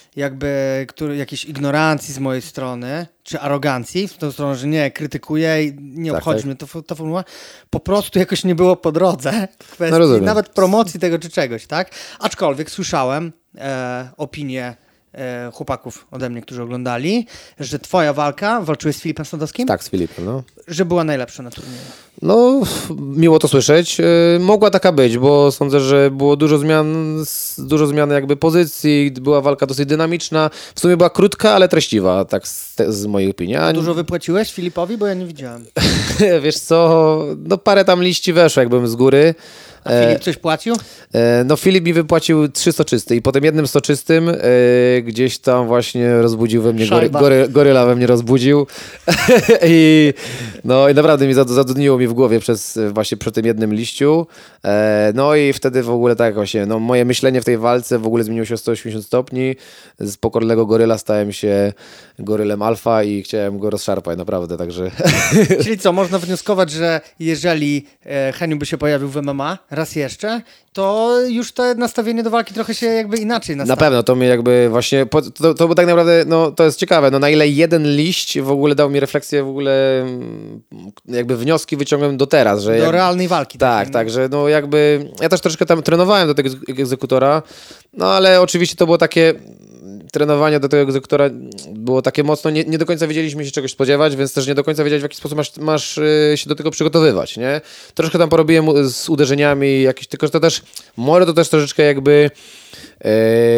jakby który, jakiejś ignorancji z mojej strony, czy arogancji, w tą stronę, że nie, krytykuję i nie tak, obchodzi tak. mnie to, ta formuła. Po prostu jakoś nie było po drodze kwestii No nawet promocji tego czy czegoś, tak? Aczkolwiek słyszałem e, opinię e, chłopaków ode mnie, którzy oglądali, że twoja walka, walczyłeś z Filipem Sadowskim? Tak, z Filipem, no. Że była najlepsza na turnieju. No, miło to słyszeć. Yy, mogła taka być, bo sądzę, że było dużo zmian, dużo zmian jakby pozycji, była walka dosyć dynamiczna. W sumie była krótka, ale treściwa, tak z, z mojej opinii. A Dużo wypłaciłeś Filipowi, bo ja nie widziałem. Wiesz co, no parę tam liści weszło jakbym z góry. A Filip coś płacił? E, no Filip mi wypłacił trzy soczysty i potem jednym soczystym e, gdzieś tam właśnie rozbudził we mnie, gory, gory, goryla we mnie rozbudził i no i naprawdę mi zadudniło mi w głowie przez właśnie przy tym jednym liściu. E, no i wtedy w ogóle tak właśnie, no moje myślenie w tej walce w ogóle zmieniło się o sto osiemdziesiąt stopni. Z pokornego goryla stałem się gorylem alfa i chciałem go rozszarpać, naprawdę, także... Czyli co, można wnioskować, że jeżeli e, Heniu by się pojawił w M M A raz jeszcze, to już to nastawienie do walki trochę się jakby inaczej nastawi. Na pewno, to mnie jakby właśnie, to, to, to było tak naprawdę, no to jest ciekawe, no na ile jeden liść w ogóle dał mi refleksję, w ogóle jakby wnioski wyciągłem do teraz, że... Do jak, realnej walki. Tak, takiej, tak, że no jakby, ja też troszeczkę tam trenowałem do tego egzekutora, no ale oczywiście to było takie... trenowanie do tego egzekutora było takie mocno, nie, nie do końca wiedzieliśmy się czegoś spodziewać, więc też nie do końca wiedzieć, w jaki sposób masz, masz się do tego przygotowywać, nie? Troszkę tam porobiłem z uderzeniami jakieś, tylko że to też, może to też troszeczkę jakby Yy,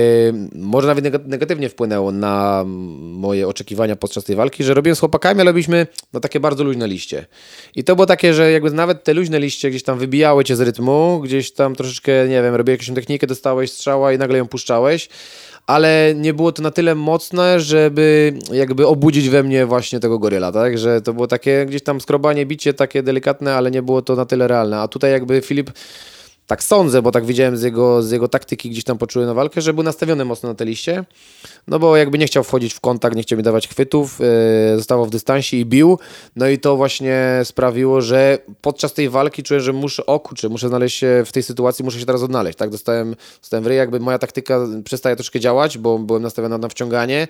może nawet negatywnie wpłynęło na moje oczekiwania podczas tej walki, że robiłem z chłopakami, ale robiliśmy no, takie bardzo luźne liście. I to było takie, że jakby nawet te luźne liście gdzieś tam wybijały cię z rytmu, gdzieś tam troszeczkę, nie wiem, robiłeś jakąś technikę, dostałeś strzała i nagle ją puszczałeś, ale nie było to na tyle mocne, żeby jakby obudzić we mnie właśnie tego goryla, tak? Że to było takie gdzieś tam skrobanie, bicie takie delikatne, ale nie było to na tyle realne. A tutaj jakby Filip, tak sądzę, bo tak widziałem z jego, z jego taktyki, gdzieś tam poczułem na walkę, że był nastawiony mocno na te liście, no bo jakby nie chciał wchodzić w kontakt, nie chciał mi dawać chwytów, yy, zostawał w dystansie i bił, no i to właśnie sprawiło, że podczas tej walki czułem, że muszę, o kurczę, muszę znaleźć się w tej sytuacji, muszę się teraz odnaleźć, tak, dostałem, dostałem w ryj, jakby moja taktyka przestaje troszkę działać, bo byłem nastawiony na wciąganie.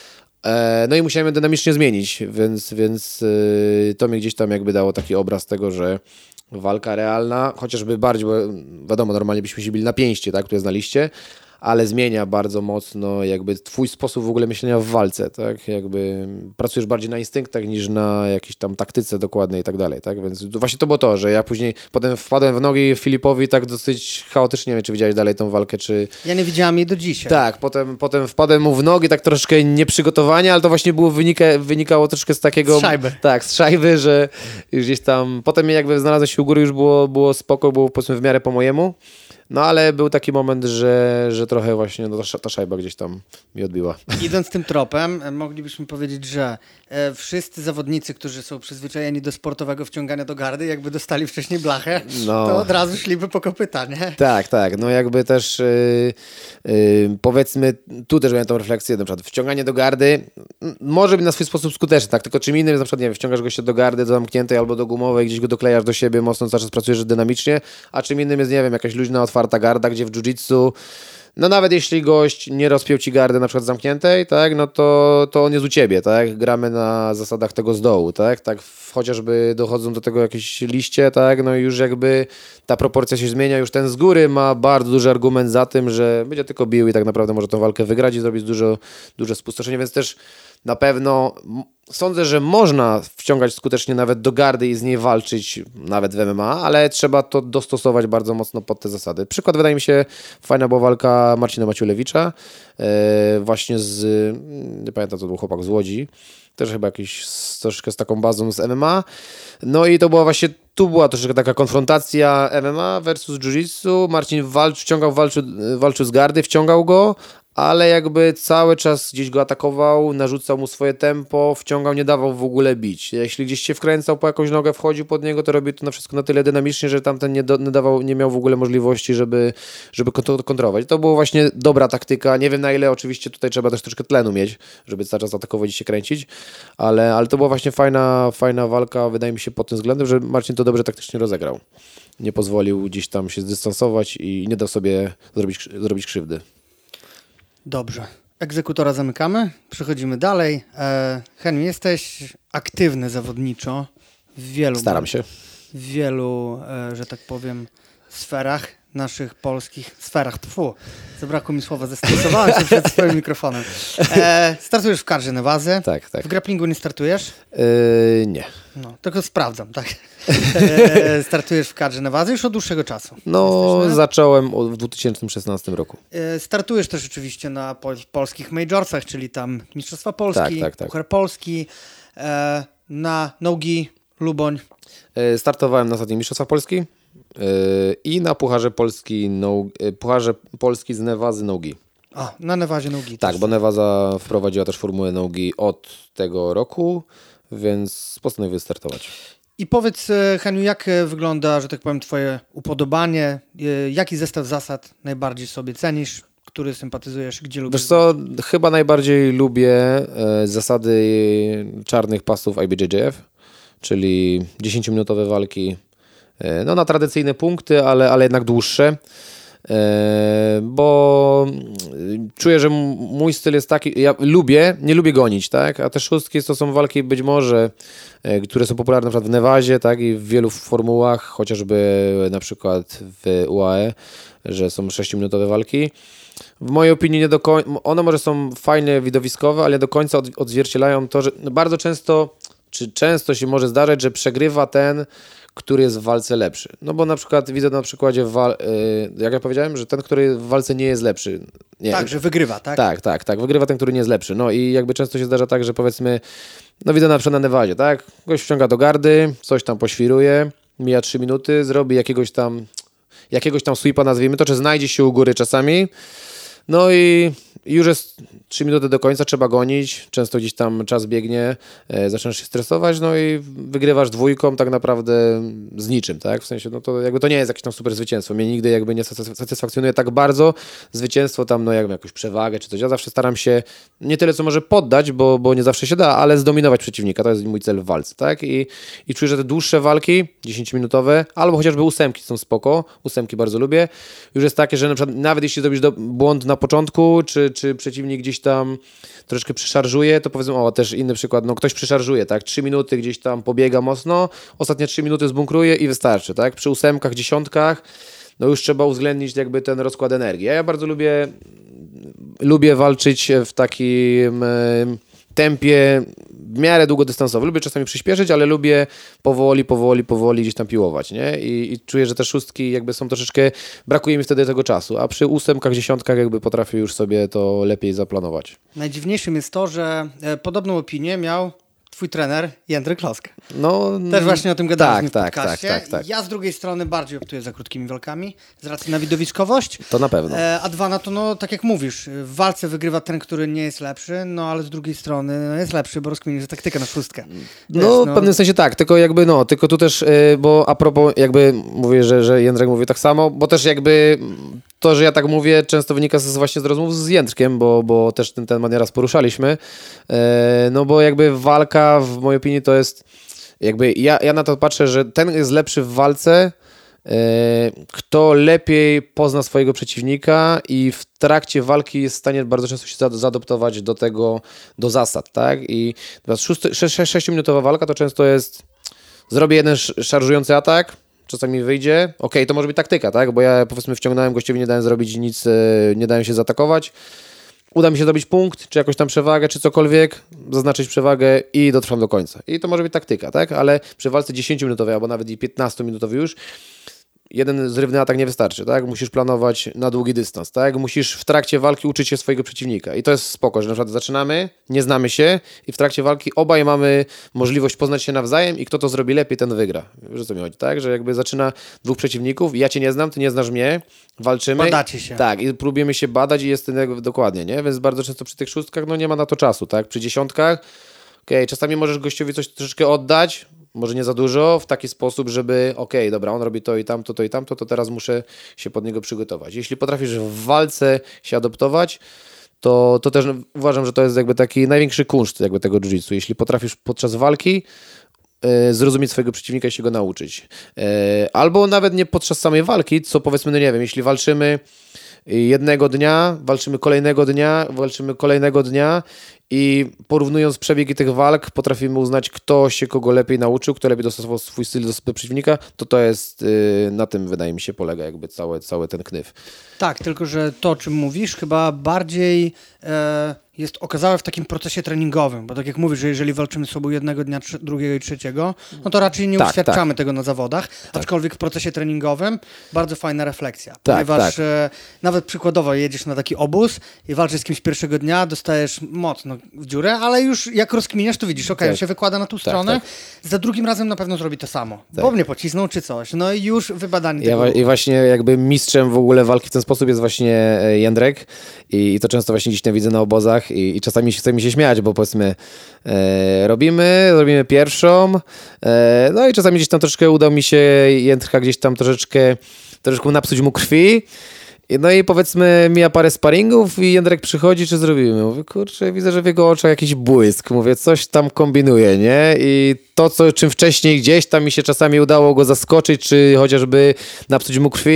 No i musiałem dynamicznie zmienić, więc, więc yy, to mi gdzieś tam jakby dało taki obraz tego, że walka realna, chociażby bardziej, bo wiadomo, normalnie byśmy się bili na pięści, tak, które znaliście, ale zmienia bardzo mocno jakby twój sposób w ogóle myślenia w walce, tak, jakby pracujesz bardziej na instynktach niż na jakiejś tam taktyce dokładnej i tak dalej, tak, więc właśnie to było to, że ja później potem wpadłem w nogi Filipowi tak dosyć chaotycznie, nie wiem, czy widziałeś dalej tą walkę, czy... Ja nie widziałam jej do dzisiaj. Tak, potem, potem wpadłem mu w nogi tak troszkę nieprzygotowanie, ale to właśnie było wynika, wynikało troszkę z takiego... Z szajby. Tak, z szajby, że gdzieś tam, potem jakby znalazłem się u góry, już było, było spoko, było powiedzmy w miarę po mojemu. No ale był taki moment, że, że trochę właśnie no, ta szajba gdzieś tam mi odbiła. Idąc tym tropem, moglibyśmy powiedzieć, że e, wszyscy zawodnicy, którzy są przyzwyczajeni do sportowego wciągania do gardy, jakby dostali wcześniej blachę, no. to od razu szliby po kopyta, nie? Tak, tak. No jakby też yy, yy, powiedzmy, tu też miałem tą refleksję, na przykład wciąganie do gardy może być na swój sposób skuteczny, tak? Tylko czym innym jest na przykład, nie wiem, wciągasz gościa do gardy, do zamkniętej albo do gumowej, gdzieś go doklejasz do siebie, mocno cały czas pracujesz dynamicznie, a czym innym jest, nie wiem, jakaś luźna, otwarta garda, gdzie w jiu-jitsu, no nawet jeśli gość nie rozpiął ci gardy na przykład zamkniętej, tak, no to, to on jest u ciebie, tak, gramy na zasadach tego z dołu, tak, tak, chociażby dochodzą do tego jakieś liście, tak, no i już jakby ta proporcja się zmienia, już ten z góry ma bardzo duży argument za tym, że będzie tylko bił i tak naprawdę może tą walkę wygrać i zrobić dużo, duże spustoszenie, więc też na pewno sądzę, że można wciągać skutecznie nawet do gardy i z niej walczyć, nawet w M M A, ale trzeba to dostosować bardzo mocno pod te zasady. Przykład wydaje mi się, fajna była walka Marcina Maciulewicza, yy, właśnie z, nie pamiętam, to był chłopak z Łodzi, też chyba jakiś z, troszkę z taką bazą z M M A. No i to była właśnie, tu była troszkę taka konfrontacja M M A versus jiu-jitsu. Marcin walcz, wciągał, walczył, walczył z gardy, wciągał go, ale jakby cały czas gdzieś go atakował, narzucał mu swoje tempo, wciągał, nie dawał w ogóle bić. Jeśli gdzieś się wkręcał po jakąś nogę, wchodził pod niego, to robił to na wszystko na tyle dynamicznie, że tamten nie, do, nie, dawał, nie miał w ogóle możliwości, żeby, żeby kontrolować. To była właśnie dobra taktyka. Nie wiem na ile oczywiście tutaj trzeba też troszkę tlenu mieć, żeby cały czas atakować i się kręcić, ale, ale to była właśnie fajna, fajna walka, wydaje mi się pod tym względem, że Marcin to dobrze taktycznie rozegrał. Nie pozwolił gdzieś tam się zdystansować i nie dał sobie zrobić, zrobić krzywdy. Dobrze. Egzekutora zamykamy, przechodzimy dalej. E, Heniu, jesteś aktywny zawodniczo w wielu... Staram się. W wielu, e, że tak powiem, sferach naszych polskich... Sferach, tfu, zabrakło mi słowa, zestresowałem się przed swoim mikrofonem. E, startujesz w Karze Nevazy. Tak, tak. W grapplingu nie startujesz? Yy, nie. No, tylko sprawdzam, tak. E, startujesz w Karze Nevazy już od dłuższego czasu. No, Jesteś, zacząłem w dwa tysiące szesnastym roku. E, startujesz też oczywiście na pol- polskich majorsach, czyli tam Mistrzostwa Polski, tak, tak, tak. Puchar Polski, e, na nogi Luboń. E, startowałem na ostatnim Mistrzostwach Polski e, i na Pucharze Polski, no, e, Pucharze Polski z Nevazy nogi. A, na Nevazie nogi. Tak, też. bo Nevaza wprowadziła też formułę nogi od tego roku, więc postanowiłem startować. I powiedz, Heniu, jak wygląda, że tak powiem, twoje upodobanie? Jaki zestaw zasad najbardziej sobie cenisz? Który sympatyzujesz? Gdzie lubisz? Wiesz co, chyba najbardziej lubię e, zasady czarnych pasów I B J J F, czyli dziesięciominutowe walki, e, no na tradycyjne punkty, ale, ale jednak dłuższe. bo czuję, że mój styl jest taki, ja lubię, nie lubię gonić, tak, a te szóstki to są walki być może, które są popularne na przykład w Nevadzie, tak, i w wielu formułach, chociażby na przykład w U A E, że są sześciominutowe walki. W mojej opinii nie do końca, one może są fajne, widowiskowe, ale nie do końca od, odzwierciedlają to, że bardzo często, czy często się może zdarzać, że przegrywa ten, który jest w walce lepszy. No bo na przykład widzę na przykładzie, wal, yy, jak ja powiedziałem, że ten, który w walce nie jest lepszy. Nie, tak, że wygrywa, tak? Tak, tak, tak. Wygrywa ten, który nie jest lepszy. No i jakby często się zdarza tak, że powiedzmy, no widzę na przykład na Nevadzie, tak? Gość wciąga do gardy, coś tam poświruje, mija trzy minuty, zrobi jakiegoś tam, jakiegoś tam sweepa, nazwijmy to, czy znajdzie się u góry czasami. No i już jest trzy minuty do końca, trzeba gonić, często gdzieś tam czas biegnie, e, zaczynasz się stresować, no i wygrywasz dwójką tak naprawdę z niczym, tak? W sensie, no to jakby to nie jest jakieś tam super zwycięstwo. Mnie nigdy jakby nie satysfakcjonuje tak bardzo zwycięstwo tam, no jakby jakąś przewagę czy coś. Ja zawsze staram się nie tyle co może poddać, bo, bo nie zawsze się da, ale zdominować przeciwnika. To jest mój cel w walce, tak? I, i czuję, że te dłuższe walki, dziesięciominutowe, albo chociażby ósemki są spoko, ósemki bardzo lubię, już jest takie, że na przykład nawet jeśli zrobisz do, błąd na początku, czy, czy przeciwnik gdzieś tam troszeczkę przyszarżuje, to powiedzmy, o, też inny przykład, no ktoś przyszarżuje, tak, trzy minuty gdzieś tam pobiega mocno, ostatnie trzy minuty zbunkruje i wystarczy, tak, przy ósemkach, dziesiątkach, no już trzeba uwzględnić jakby ten rozkład energii. Ja bardzo lubię, lubię walczyć w takim e, tempie w miarę długodystansowym. Lubię czasami przyspieszyć, ale lubię powoli, powoli, powoli gdzieś tam piłować, nie? I, i czuję, że te szóstki jakby są troszeczkę, brakuje mi wtedy tego czasu, a przy ósemkach, dziesiątkach jakby potrafię już sobie to lepiej zaplanować. Najdziwniejszym jest to, że e, podobną opinię miał twój trener Jędryk Kloska. No, też właśnie o tym gadałem tak, w podcaście. Tak, tak, tak, tak. Ja z drugiej strony bardziej optuję za krótkimi walkami, z racji na widowiskowość. To na pewno. E, a dwa na to, no tak jak mówisz, w walce wygrywa ten, który nie jest lepszy, no ale z drugiej strony no, jest lepszy, bo rozkminisz taktykę na szóstkę. No, Wiesz, no w pewnym sensie tak, tylko jakby no, tylko tu też, yy, bo a propos jakby mówię, że, że Jędrek mówi tak samo, bo też jakby to, że ja tak mówię, często wynika z, właśnie z rozmów z Jędrkiem, bo, bo też ten temat nieraz poruszaliśmy, yy, no bo jakby walka w mojej opinii to jest, jakby ja, ja na to patrzę, że ten jest lepszy w walce, yy, kto lepiej pozna swojego przeciwnika i w trakcie walki jest w stanie bardzo często się zaadoptować do tego, do zasad, tak? I sześciominutowa walka to często jest, zrobię jeden szarżujący atak, czasami wyjdzie, okej, okay, to może być taktyka, tak? Bo ja powiedzmy wciągnąłem gościowi, nie dałem zrobić nic, nie dałem się zaatakować. Uda mi się zdobyć punkt, czy jakąś tam przewagę, czy cokolwiek, zaznaczyć przewagę i dotrwam do końca. I to może być taktyka, tak? Ale przy walce dziesięciominutowej, albo nawet i piętnastominutowej już, jeden zrywny atak nie wystarczy, tak? Musisz planować na długi dystans, tak? Musisz w trakcie walki uczyć się swojego przeciwnika. I to jest spoko, że na przykład zaczynamy, nie znamy się i w trakcie walki obaj mamy możliwość poznać się nawzajem i kto to zrobi lepiej, ten wygra. Wiesz, o co mi chodzi, tak? Że jakby zaczyna dwóch przeciwników, ja cię nie znam, ty nie znasz mnie, walczymy. Badacie się. Tak, i próbujemy się badać i jest ten dokładnie, nie? Więc bardzo często przy tych szóstkach, no nie ma na to czasu, tak? Przy dziesiątkach, okej, okay, czasami możesz gościowi coś troszeczkę oddać, może nie za dużo, w taki sposób, żeby okej, okay, dobra, on robi to i tamto, to i tamto, to teraz muszę się pod niego przygotować. Jeśli potrafisz w walce się adoptować, to, to też uważam, że to jest jakby taki największy kunszt jakby tego jiu-jitsu. Jeśli potrafisz podczas walki e, zrozumieć swojego przeciwnika i się go nauczyć. E, albo nawet nie podczas samej walki, co powiedzmy, no nie wiem, jeśli walczymy jednego dnia, walczymy kolejnego dnia, walczymy kolejnego dnia i porównując przebiegi tych walk potrafimy uznać, kto się kogo lepiej nauczył, kto lepiej dostosował swój styl do przeciwnika, to to jest, yy, na tym wydaje mi się polega jakby cały, cały ten knyf. Tak, tylko że to, o czym mówisz, chyba bardziej e, jest okazałe w takim procesie treningowym, bo tak jak mówisz, że jeżeli walczymy z sobą jednego dnia, tr- drugiego i trzeciego, no to raczej nie tak, uświadczamy tak. tego na zawodach, tak. Aczkolwiek w procesie treningowym bardzo fajna refleksja, tak, ponieważ tak. E, nawet przykładowo jedziesz na taki obóz i walczysz z kimś pierwszego dnia, dostajesz mocno w dziurę, ale już jak rozkminiasz, to widzisz, okej, okay, tak. on się wykłada na tą tak, stronę, tak. za drugim razem na pewno zrobi to samo, tak. bo mnie pocisnął czy coś, no i już wybadanie ja tego. I właśnie jakby mistrzem w ogóle walki w ten sposób jest właśnie Jędrek i, i to często właśnie gdzieś tam widzę na obozach i, i czasami chce mi się śmiać, bo powiedzmy e, robimy, robimy pierwszą, e, no i czasami gdzieś tam troszeczkę uda mi się Jędrka gdzieś tam troszeczkę, troszeczkę napsuć mu krwi. No i powiedzmy mija parę sparingów i Jędrek przychodzi, czy zrobimy? Mówię, kurczę, widzę, że w jego oczach jakiś błysk. Mówię, coś tam kombinuje, nie? I to, co czym wcześniej gdzieś tam mi się czasami udało go zaskoczyć, czy chociażby napsuć mu krwi,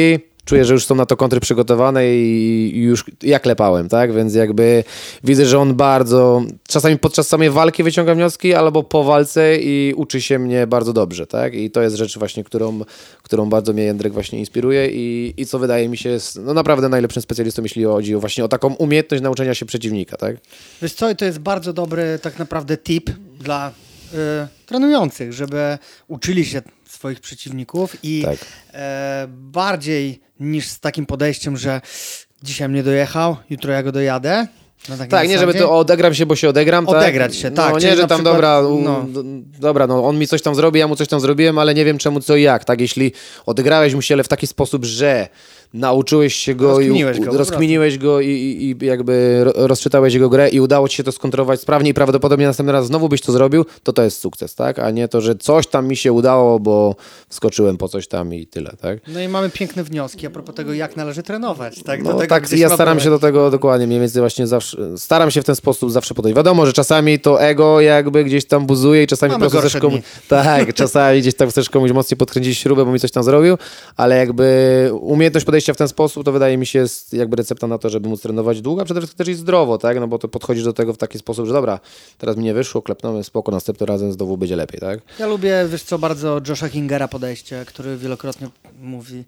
czuję, że już są na to kontry przygotowane i, i już ja klepałem, tak? Więc jakby widzę, że on bardzo, czasami podczas samej walki wyciąga wnioski, albo po walce i uczy się mnie bardzo dobrze, tak? I to jest rzecz właśnie, którą, którą bardzo mnie Jędrek właśnie inspiruje i, i co wydaje mi się jest no naprawdę najlepszym specjalistą, jeśli chodzi o właśnie o taką umiejętność nauczenia się przeciwnika, tak? Wiesz co, i to jest bardzo dobry tak naprawdę tip dla y, trenujących, żeby uczyli się swoich przeciwników i Tak. e, bardziej niż z takim podejściem, że dzisiaj mnie dojechał, jutro ja go dojadę. Tak, nie żeby to odegram się, bo się odegram. Odegrać tak? się, tak. No nie, że tam przykład, dobra, no. do, dobra, no on mi coś tam zrobi, ja mu coś tam zrobiłem, ale nie wiem czemu, co i jak, tak? Jeśli odegrałeś mu się, ale w taki sposób, że nauczyłeś się go, rozkminiłeś i, go, rozkminiłeś go i, i, i jakby rozczytałeś jego grę i udało ci się to skontrolować sprawnie i prawdopodobnie następny raz znowu byś to zrobił, to to jest sukces, tak? A nie to, że coś tam mi się udało, bo wskoczyłem po coś tam i tyle, tak? No i mamy piękne wnioski a propos tego, jak należy trenować, tak? No do tego, tak, ja staram się do tego dokładnie, mniej więcej właśnie zawsze, staram się w ten sposób zawsze podejść. Wiadomo, że czasami to ego jakby gdzieś tam buzuje i czasami Mamy po prostu chcesz komuś, tak, czasami gdzieś tam chcesz komuś mocniej podkręcić śrubę, bo mi coś tam zrobił, ale jakby umiejętność podejścia w ten sposób, to wydaje mi się jest jakby recepta na to, żeby móc trenować długo, a przede wszystkim też i zdrowo, tak? No bo to podchodzisz do tego w taki sposób, że dobra, teraz mi nie wyszło, klepnąłem, spoko, następnym razem znowu będzie lepiej, tak? Ja lubię, wiesz co, bardzo Josha Kingera podejście, który wielokrotnie mówi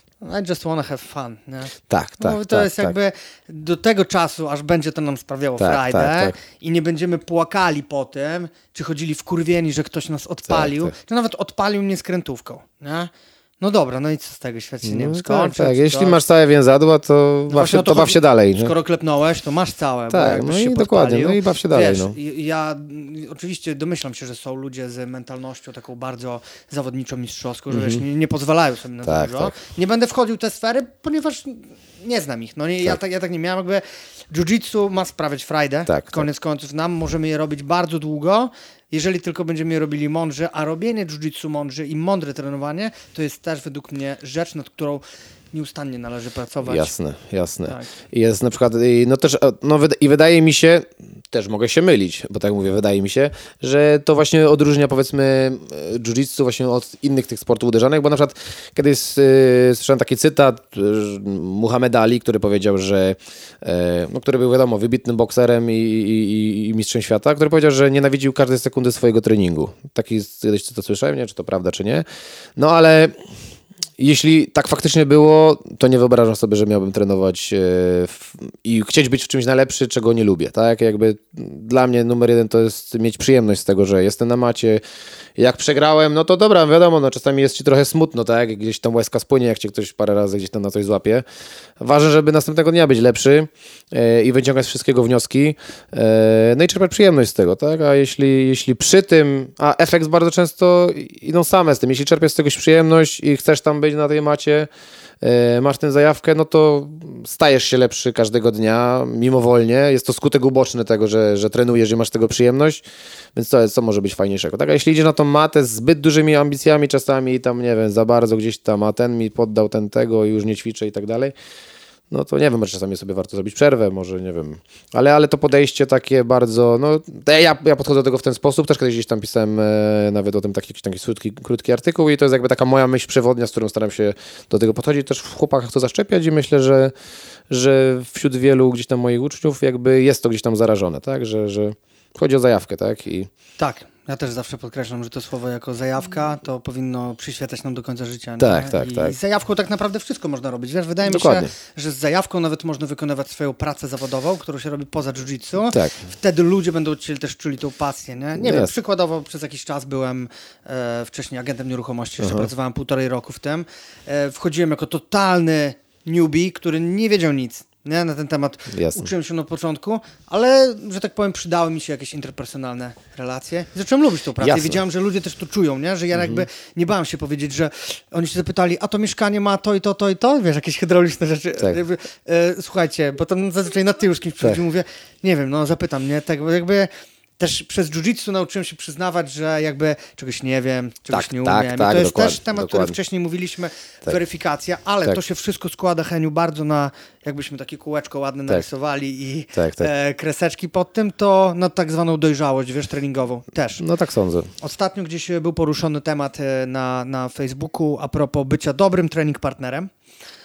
I just wanna have fun, nie? Tak, tak, no, to tak, jest tak. jakby do tego czasu, aż będzie to nam sprawiało Tak, frajdę tak, tak. i nie będziemy płakali po tym, czy chodzili wkurwieni, że ktoś nas odpalił, Tak, tak. czy nawet odpalił mnie skrętówką, nie? No dobra, no i co z tego, świat się nie No, skończy. tak, tak. czy Jeśli coś. masz całe więzadła, to, baw właśnie się, o to to baw chodzi. się dalej. Nie? Skoro klepnąłeś, to masz całe. Tak, bo jakbyś no i się dokładnie, podpalił. no i baw się dalej, Wiesz, no. ja mm, oczywiście domyślam się, że są ludzie z mentalnością taką bardzo zawodniczą, mistrzowską, że wiesz, nie, nie pozwalają sobie na Tak, dużo. tak. Nie będę wchodził w te sfery, ponieważ nie znam ich. No nie, ja, Tak. tak, ja tak nie miałem. Jakby jiu-jitsu ma sprawiać frajdę. Tak, Koniec końców nam możemy je robić bardzo długo, jeżeli tylko będziemy je robili mądrze, a robienie jiu-jitsu mądrze i mądre trenowanie to jest też według mnie rzecz, nad którą nieustannie należy pracować. Jasne, jasne. Tak. I jest na przykład, i no też, no wyda- i wydaje mi się, też mogę się mylić, bo tak mówię, wydaje mi się, że to właśnie odróżnia powiedzmy jiu-jitsu właśnie od innych tych sportów uderzanych, bo na przykład kiedyś yy, słyszałem taki cytat yy, Muhammeda Ali, który powiedział, że yy, no, który był wiadomo wybitnym bokserem i, i, i mistrzem świata, który powiedział, że nienawidził każdej sekundy swojego treningu. Taki kiedyś to słyszałem, nie wiem, czy to prawda, czy nie. No ale jeśli tak faktycznie było, to nie wyobrażam sobie, że miałbym trenować e, w, i chcieć być w czymś najlepszy, czego nie lubię, tak? Jakby dla mnie numer jeden to jest mieć przyjemność z tego, że jestem na macie. Jak przegrałem, no to dobra, wiadomo, no czasami jest ci trochę smutno, tak? Gdzieś tam łezka spłynie, jak cię ktoś parę razy gdzieś tam na coś złapie. Ważne, żeby następnego dnia być lepszy e, i wyciągać z wszystkiego wnioski, e, no i czerpać przyjemność z tego, tak? A jeśli, jeśli przy tym, a efekt bardzo często idą same z tym, jeśli czerpiesz z czegoś przyjemność i chcesz tam być na tej macie, e, masz tę zajawkę, no to stajesz się lepszy każdego dnia, mimowolnie. Jest to skutek uboczny tego, że, że trenujesz i masz z tego przyjemność, więc to jest, co może być fajniejszego, tak? A jeśli idziesz na tą matę z zbyt dużymi ambicjami czasami i tam, nie wiem, za bardzo gdzieś tam, a ten mi poddał ten tego i już nie ćwiczę i tak dalej, no to nie wiem, może czasami sobie warto zrobić przerwę, może nie wiem, ale, ale to podejście takie bardzo, no ja, ja podchodzę do tego w ten sposób, też kiedyś gdzieś tam pisałem e, nawet o tym taki, taki krótki, krótki artykuł i to jest jakby taka moja myśl przewodnia, z którą staram się do tego podchodzić, też w chłopakach to zaszczepiać i myślę, że, że wśród wielu gdzieś tam moich uczniów jakby jest to gdzieś tam zarażone, tak, że, że chodzi o zajawkę, tak, i Tak, ja też zawsze podkreślam, że to słowo jako zajawka to powinno przyświecać nam do końca życia. Nie? Tak, tak, I tak. z zajawką tak naprawdę wszystko można robić. Wiesz, wydaje Dokładnie. mi się, że z zajawką nawet można wykonywać swoją pracę zawodową, którą się robi poza jiu-jitsu. Tak. Wtedy ludzie będą ci też czuli tą pasję. Nie, nie Yes. wiem, przykładowo przez jakiś czas byłem e, wcześniej agentem nieruchomości, jeszcze Aha. pracowałem półtorej roku w tym. E, wchodziłem jako totalny newbie, który nie wiedział nic. Nie, na ten temat Jasne. uczyłem się na początku, ale, że tak powiem, przydały mi się jakieś interpersonalne relacje. I zacząłem lubić tą pracę. Jasne. I wiedziałem, że ludzie też to czują, nie? Że ja jakby nie bałem się powiedzieć, że oni się zapytali, a to mieszkanie ma to i to, to i to? Wiesz, jakieś hydrauliczne rzeczy. Tak. Jakby, e, słuchajcie, bo tam zazwyczaj na ty już kimś przychodzi, Tak. mówię, nie wiem, no zapytam, nie? Tak, bo jakby też przez jiu-jitsu nauczyłem się przyznawać, że jakby czegoś nie wiem, czegoś Tak, nie tak, umiem. tak, I to jest dokładnie, też temat, dokładnie. który wcześniej mówiliśmy, Tak. weryfikacja, ale Tak. to się wszystko składa, Heniu, bardzo na, jakbyśmy takie kółeczko ładne narysowali i Tak, tak. E, kreseczki pod tym, to na tak zwaną dojrzałość, wiesz, treningową też. no tak sądzę. Ostatnio gdzieś był poruszony temat e, na, na Facebooku a propos bycia dobrym trening partnerem.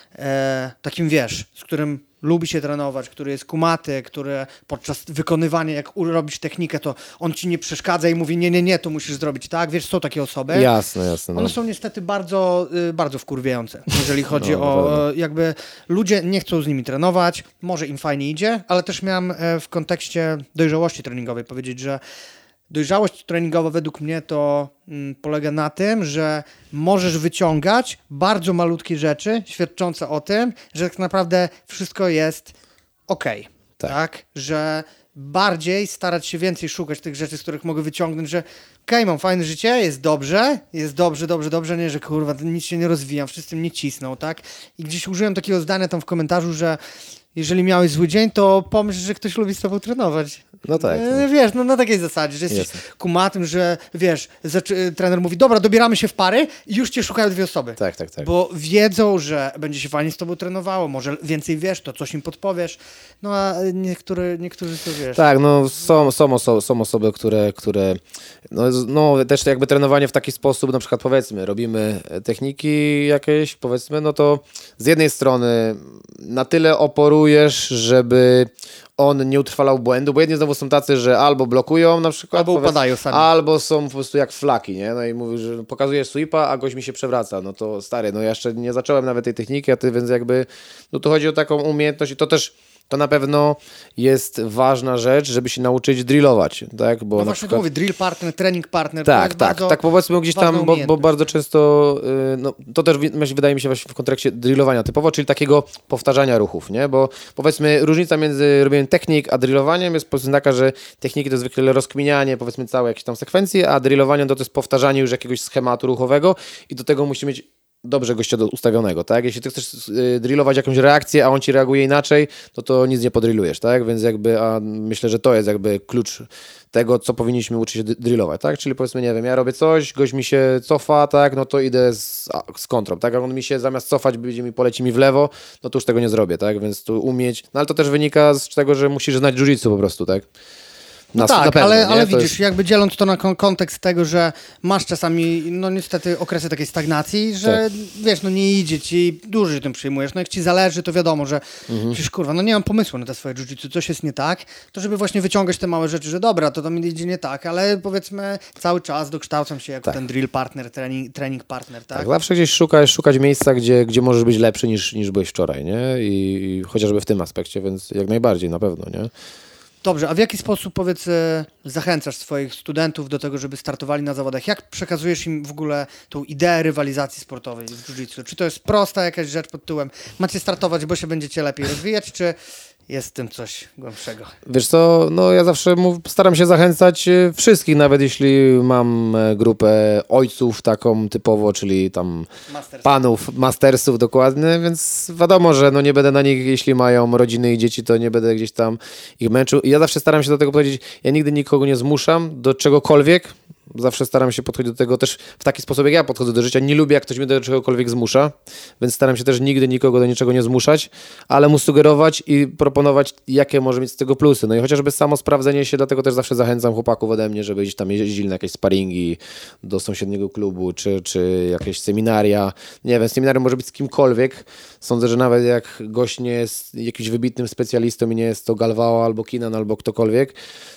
e, takim, wiesz, z którym lubi się trenować, który jest kumaty, który podczas wykonywania, jak robisz technikę, to on ci nie przeszkadza i mówi, nie, nie, nie, to musisz zrobić tak, wiesz, są takie osoby. Jasne, jasne. No. One są niestety bardzo, y, bardzo wkurwiające, jeżeli chodzi no, o, jakby ludzie nie chcą z nimi trenować, może im fajnie idzie, ale też miałem e, w kontekście dojrzałości treningowej powiedzieć, że dojrzałość treningowa według mnie to mm, polega na tym, że możesz wyciągać bardzo malutkie rzeczy świadczące o tym, że tak naprawdę wszystko jest okej, okay, tak. tak? Że bardziej starać się więcej szukać tych rzeczy, z których mogę wyciągnąć, że okej, okay, mam fajne życie, jest dobrze, jest dobrze, dobrze, dobrze, nie, że kurwa, nic się nie rozwijam, wszyscy mnie cisną, tak? I gdzieś użyłem takiego zdania tam w komentarzu, że jeżeli miałeś zły dzień, to pomyśl, że ktoś lubi z tobą trenować. No tak. E, wiesz, no na takiej zasadzie, że jesteś Jasne. kumatym, że wiesz, zaczy- trener mówi, dobra, dobieramy się w pary i już cię szukają dwie osoby. Tak, tak, tak. Bo wiedzą, że będzie się fajnie z tobą trenowało, może więcej wiesz, to coś im podpowiesz. No a niektóry, niektórzy to wiesz. Tak, no są, są, oso- są osoby, które, które no, no też jakby trenowanie w taki sposób, na przykład powiedzmy, robimy techniki jakieś, powiedzmy, no to z jednej strony na tyle oporujesz, żeby on nie utrwalał błędu, bo jedni znowu są tacy, że albo blokują na przykład, albo upadają sami. Albo są po prostu jak flaki, nie? No i mówisz, że pokazujesz sweepa, a gość mi się przewraca. No to stary, no ja jeszcze nie zacząłem nawet tej techniki, a ty, więc jakby, no tu chodzi o taką umiejętność i to też to na pewno jest ważna rzecz, żeby się nauczyć drillować, tak? Bo no na właśnie przykład... mówię, drill partner, training partner. Tak, tak, tak powiedzmy gdzieś tam, bo, bo bardzo często, yy, no, to też wydaje mi się właśnie w kontekście drillowania typowo, czyli takiego powtarzania ruchów, nie? Bo powiedzmy różnica między robieniem technik a drillowaniem jest po prostu taka, że techniki to zwykle rozkminianie, powiedzmy całe jakieś tam sekwencje, a drillowanie to, to jest powtarzanie już jakiegoś schematu ruchowego i do tego musi mieć dobrze gościa do ustawionego, tak? Jeśli ty chcesz y, drillować jakąś reakcję, a on ci reaguje inaczej, to to nic nie podrillujesz, tak? Więc jakby, a myślę, że to jest jakby klucz tego, co powinniśmy uczyć się drillować, tak? Czyli powiedzmy, nie wiem, ja robię coś, gość mi się cofa, tak? No to idę z, a, z kontrą, tak? A on mi się zamiast cofać, będzie mi poleci mi w lewo, no to już tego nie zrobię, tak? Więc tu umieć, no ale to też wynika z tego, że musisz znać jiu-jitsu po prostu, tak? No Na, tak, na pewno, ale, ale widzisz, jest... jakby dzieląc to na kon- kontekst tego, że masz czasami, no niestety okresy takiej stagnacji, że tak. wiesz, no nie idzie ci, dużo się tym przyjmujesz, no jak ci zależy, to wiadomo, że mhm. przecież kurwa, no nie mam pomysłu na te swoje jiu-jitsu, coś jest nie tak, to żeby właśnie wyciągać te małe rzeczy, że dobra, to to mi idzie nie tak, ale powiedzmy cały czas dokształcam się jako tak. ten drill partner, training, training partner, tak? Tak, zawsze gdzieś szukać, szukać miejsca, gdzie, gdzie możesz być lepszy niż, niż byłeś wczoraj, nie? I, i chociażby w tym aspekcie, więc jak najbardziej, na pewno, nie? Dobrze, a w jaki sposób, powiedz, zachęcasz swoich studentów do tego, żeby startowali na zawodach? Jak przekazujesz im w ogóle tą ideę rywalizacji sportowej w jiu-jitsu? Czy to jest prosta jakaś rzecz pod tytułem macie startować, bo się będziecie lepiej rozwijać, czy jest w tym coś głębszego? Wiesz co, no ja zawsze mów, staram się zachęcać wszystkich, nawet jeśli mam grupę ojców taką typowo, czyli tam Masters. panów, mastersów dokładnie, więc wiadomo, że no nie będę na nich, jeśli mają rodziny i dzieci, to nie będę gdzieś tam ich męczył. I ja zawsze staram się do tego podchodzić, ja nigdy nikogo nie zmuszam do czegokolwiek, zawsze staram się podchodzić do tego też w taki sposób, jak ja podchodzę do życia. Nie lubię, jak ktoś mnie do czegokolwiek zmusza, więc staram się też nigdy nikogo do niczego nie zmuszać, ale mu sugerować i proponować, jakie może mieć z tego plusy. No i chociażby samo sprawdzenie się, dlatego też zawsze zachęcam chłopaków ode mnie, żeby gdzieś tam jeździli na jakieś sparingi do sąsiedniego klubu, czy, czy jakieś seminaria. Nie wiem, seminarium może być z kimkolwiek. Sądzę, że nawet jak gość nie jest jakimś wybitnym specjalistą i nie jest to Galvao albo Kinan albo ktokolwiek,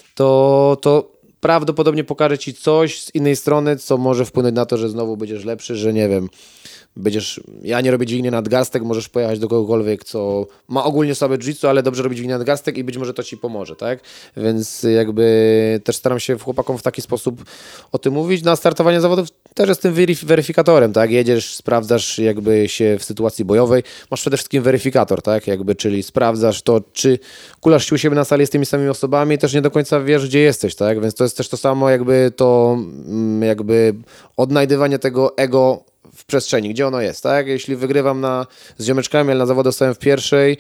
to... to prawdopodobnie pokaże ci coś z innej strony, co może wpłynąć na to, że znowu będziesz lepszy, że nie wiem, będziesz, ja nie robię dźwigni nadgarstek, możesz pojechać do kogokolwiek, co ma ogólnie słabe jiu-jitsu, ale dobrze robi dźwigni nadgarstek i być może to ci pomoże, tak? Więc jakby też staram się chłopakom w taki sposób o tym mówić. Na startowanie zawodów też jestem weryf- weryfikatorem, tak? Jedziesz, sprawdzasz jakby się w sytuacji bojowej, masz przede wszystkim weryfikator, tak? Jakby, czyli sprawdzasz to, czy kulasz się u siebie na sali z tymi samymi osobami, też nie do końca wiesz, gdzie jesteś, tak? Więc to jest też to samo jakby to jakby odnajdywanie tego ego w przestrzeni, gdzie ono jest, tak? Jeśli wygrywam na, z ziomeczkami, ale na zawodach stałem w pierwszej,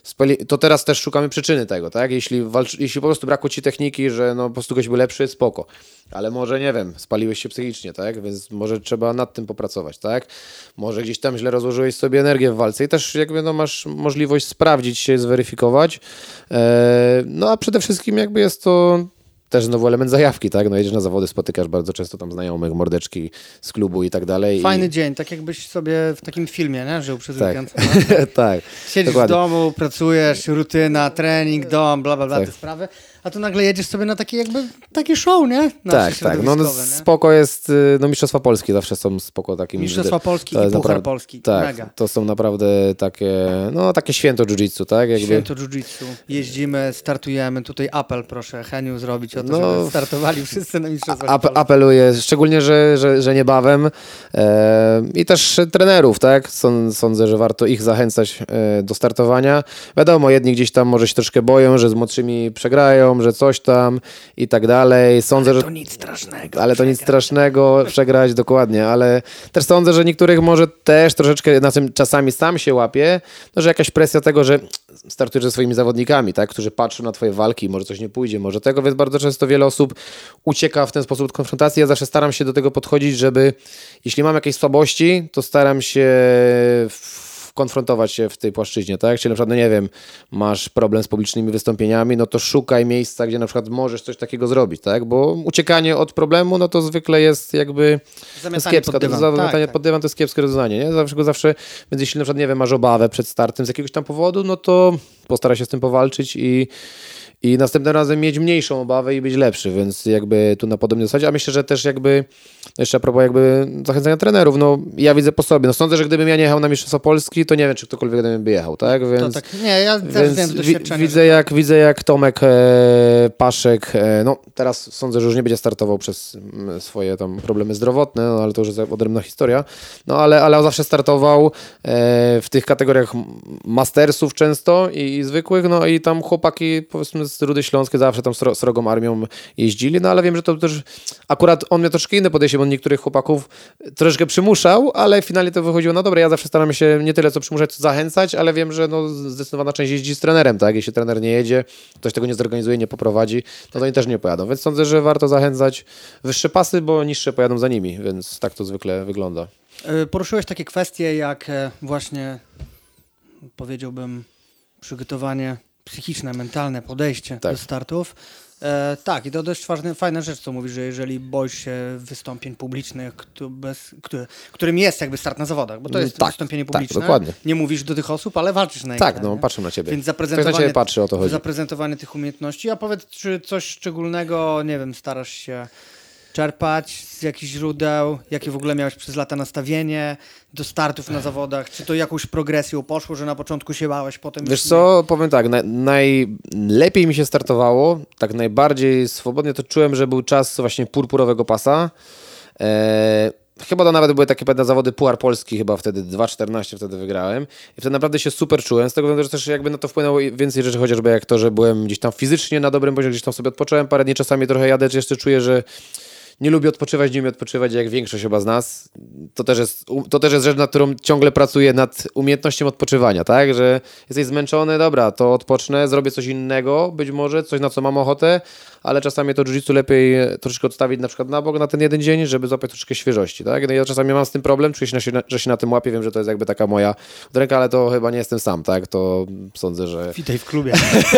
to teraz też szukamy przyczyny tego, tak? Jeśli, walczy, jeśli po prostu brakło ci techniki, że no po prostu ktoś był lepszy, spoko. Ale może, nie wiem, spaliłeś się psychicznie, tak? Więc może trzeba nad tym popracować, tak? Może gdzieś tam źle rozłożyłeś sobie energię w walce i też jakby no masz możliwość sprawdzić się, zweryfikować. Eee, no a przede wszystkim jakby jest to też znowu element zajawki, tak? No jedziesz na zawody, spotykasz bardzo często tam znajomych, mordeczki z klubu i tak dalej. Fajny i... dzień, tak jakbyś sobie w takim filmie, nie? Żył przez tak. weekend. tak. Siedzisz dokładnie. w domu, pracujesz, rutyna, trening, dom, bla, bla, bla, tak. te sprawy. A tu nagle jedziesz sobie na taki jakby, taki show, nie? Tak, tak. No, no spoko jest, no Mistrzostwa Polski zawsze są spoko takim. Mistrzostwa Polski i Puchar naprawdę, Polski. Tak, mega. To są naprawdę takie, no takie święto jiu-jitsu, tak? Jakby... Święto jiu-jitsu. Jeździmy, startujemy. Tutaj apel proszę Heniu zrobić o to, no, żeby startowali wszyscy na Mistrzostwach ap- Polski. Apeluję, szczególnie, że, że, że niebawem. E, I też trenerów, tak? Sądzę, że warto ich zachęcać e, do startowania. Wiadomo, jedni gdzieś tam może się troszkę boją, że z młodszymi przegrają, że coś tam i tak dalej. Sądzę, ale że... to nic strasznego. Ale to nic strasznego przegrać, dokładnie. Ale też sądzę, że niektórych może też troszeczkę na tym czasami sam się łapie, no, że jakaś presja tego, że startujesz ze swoimi zawodnikami, tak, którzy patrzą na twoje walki, może coś nie pójdzie, może tego, więc bardzo często wiele osób ucieka w ten sposób od konfrontacji. Ja zawsze staram się do tego podchodzić, żeby jeśli mam jakieś słabości, to staram się w konfrontować się w tej płaszczyźnie, tak? Czyli na przykład, no nie wiem, masz problem z publicznymi wystąpieniami, no to szukaj miejsca, gdzie na przykład możesz coś takiego zrobić, tak? Bo uciekanie od problemu, no to zwykle jest jakby zamiatanie pod dywan. Zamiatanie pod dywan to jest kiepskie rozwiązanie, nie? Zawsze go zawsze, więc jeśli na przykład, nie wiem, masz obawę przed startem z jakiegoś tam powodu, no to postaraj się z tym powalczyć i I następnym razem mieć mniejszą obawę i być lepszy, więc jakby tu na podobnej zasadzie, a myślę, że też jakby, jeszcze a propos jakby zachęcania trenerów, no ja widzę po sobie, no sądzę, że gdybym ja nie jechał na Mistrzostwa Polski, to nie wiem, czy ktokolwiek ode mnie by jechał, tak? Więc, to tak, nie, ja też wiem z doświadczenia. Widzę, że... jak, widzę jak Tomek e, Paszek, e, no teraz sądzę, że już nie będzie startował przez m, swoje tam problemy zdrowotne, no, ale to już jest odrębna historia, no ale, ale on zawsze startował e, w tych kategoriach mastersów często i, i zwykłych, no i tam chłopaki, powiedzmy z Rudy Śląskie zawsze tam sro, srogą armią jeździli, no ale wiem, że to też akurat on miał troszkę inne podejście, bo on niektórych chłopaków troszkę przymuszał, ale finalnie to wychodziło, no dobra, ja zawsze staram się nie tyle co przymuszać, co zachęcać, ale wiem, że no zdecydowana część jeździ z trenerem, tak? Jeśli trener nie jedzie, ktoś tego nie zorganizuje, nie poprowadzi, no to oni też nie pojadą, więc sądzę, że warto zachęcać wyższe pasy, bo niższe pojadą za nimi, więc tak to zwykle wygląda. Poruszyłeś takie kwestie jak właśnie, powiedziałbym, przygotowanie psychiczne, mentalne podejście tak. do startów. E, tak, i to dość ważna, fajna rzecz, co mówisz, że jeżeli boisz się wystąpień publicznych, kto bez, kto, którym jest jakby start na zawodach, bo to jest tak, wystąpienie publiczne. Tak, dokładnie. Nie mówisz do tych osób, ale walczysz na ich. Tak, no patrzę na ciebie. Więc zaprezentowanie, Ktoś na ciebie patrzy, o to chodzi. zaprezentowanie tych umiejętności. A powiedz, czy coś szczególnego, nie wiem, starasz się czerpać z jakichś źródeł, jakie w ogóle miałeś przez lata nastawienie do startów na zawodach? Czy to jakąś progresją poszło, że na początku się bałeś, potem... Wiesz co, nie... powiem tak, na, najlepiej mi się startowało, tak najbardziej swobodnie to czułem, że był czas właśnie purpurowego pasa. Eee, chyba to nawet były takie pewne zawody Puchar Polski, chyba wtedy dwa czternaście wtedy wygrałem i wtedy naprawdę się super czułem, z tego względu, że też jakby na to wpłynęło więcej rzeczy, chociażby jak to, że byłem gdzieś tam fizycznie na dobrym poziomie, gdzieś tam sobie odpocząłem parę dni, czasami trochę jadę, jeszcze czuję, że nie lubię odpoczywać, nie umiem odpoczywać, jak większość chyba z nas. To też jest, to też jest rzecz, nad którą ciągle pracuję, nad umiejętnością odpoczywania, tak? Że jesteś zmęczony, dobra, to odpocznę, zrobię coś innego, być może, coś na co mam ochotę, ale czasami to jiu-jitsu lepiej troszeczkę odstawić na przykład na bok na ten jeden dzień, żeby złapać troszeczkę świeżości, tak? No ja czasami mam z tym problem, czuję się, na, że się na tym łapię, wiem, że to jest jakby taka moja ręka, ale to chyba nie jestem sam, tak? To sądzę, że... Witaj w klubie.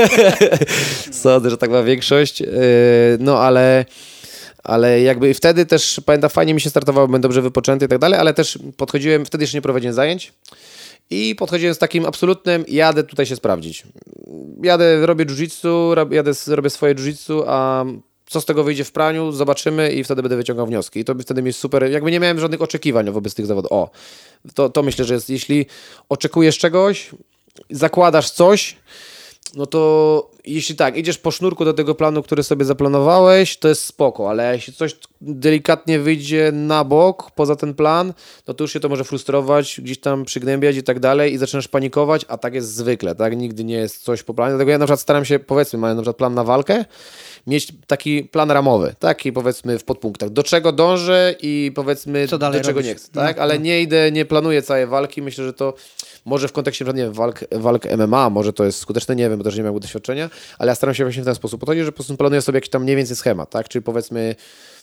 Sądzę, że tak ma większość, no ale... Ale jakby wtedy też, pamiętam, fajnie mi się startowało, byłem dobrze wypoczęty i tak dalej, ale też podchodziłem, wtedy jeszcze nie prowadziłem zajęć i podchodziłem z takim absolutnym, jadę tutaj się sprawdzić. Jadę, robię jiu-jitsu, jadę, robię swoje jiu-jitsu, a co z tego wyjdzie w praniu, zobaczymy i wtedy będę wyciągał wnioski. I to by wtedy mi super, jakby nie miałem żadnych oczekiwań wobec tych zawodów. O, to, to myślę, że jest, jeśli oczekujesz czegoś, zakładasz coś, no to jeśli tak, idziesz po sznurku do tego planu, który sobie zaplanowałeś, to jest spoko, ale jeśli coś delikatnie wyjdzie na bok, poza ten plan, no to już się to może frustrować, gdzieś tam przygnębiać i tak dalej i zaczynasz panikować, a tak jest zwykle, tak? Nigdy nie jest coś po planie, dlatego ja na przykład staram się, powiedzmy, mając na przykład plan na walkę, mieć taki plan ramowy, taki powiedzmy w podpunktach, do czego dążę i powiedzmy co dalej do czego robisz? nie chcę, tak? No, ale no. nie idę, nie planuję całej walki, myślę, że to może w kontekście, nie wiem, walk, walk M M A, może to jest skuteczne, nie wiem, bo też nie miałem doświadczenia, ale ja staram się właśnie w ten sposób podchodzić, że po prostu planuję sobie jakiś tam mniej więcej schemat, tak? Czyli powiedzmy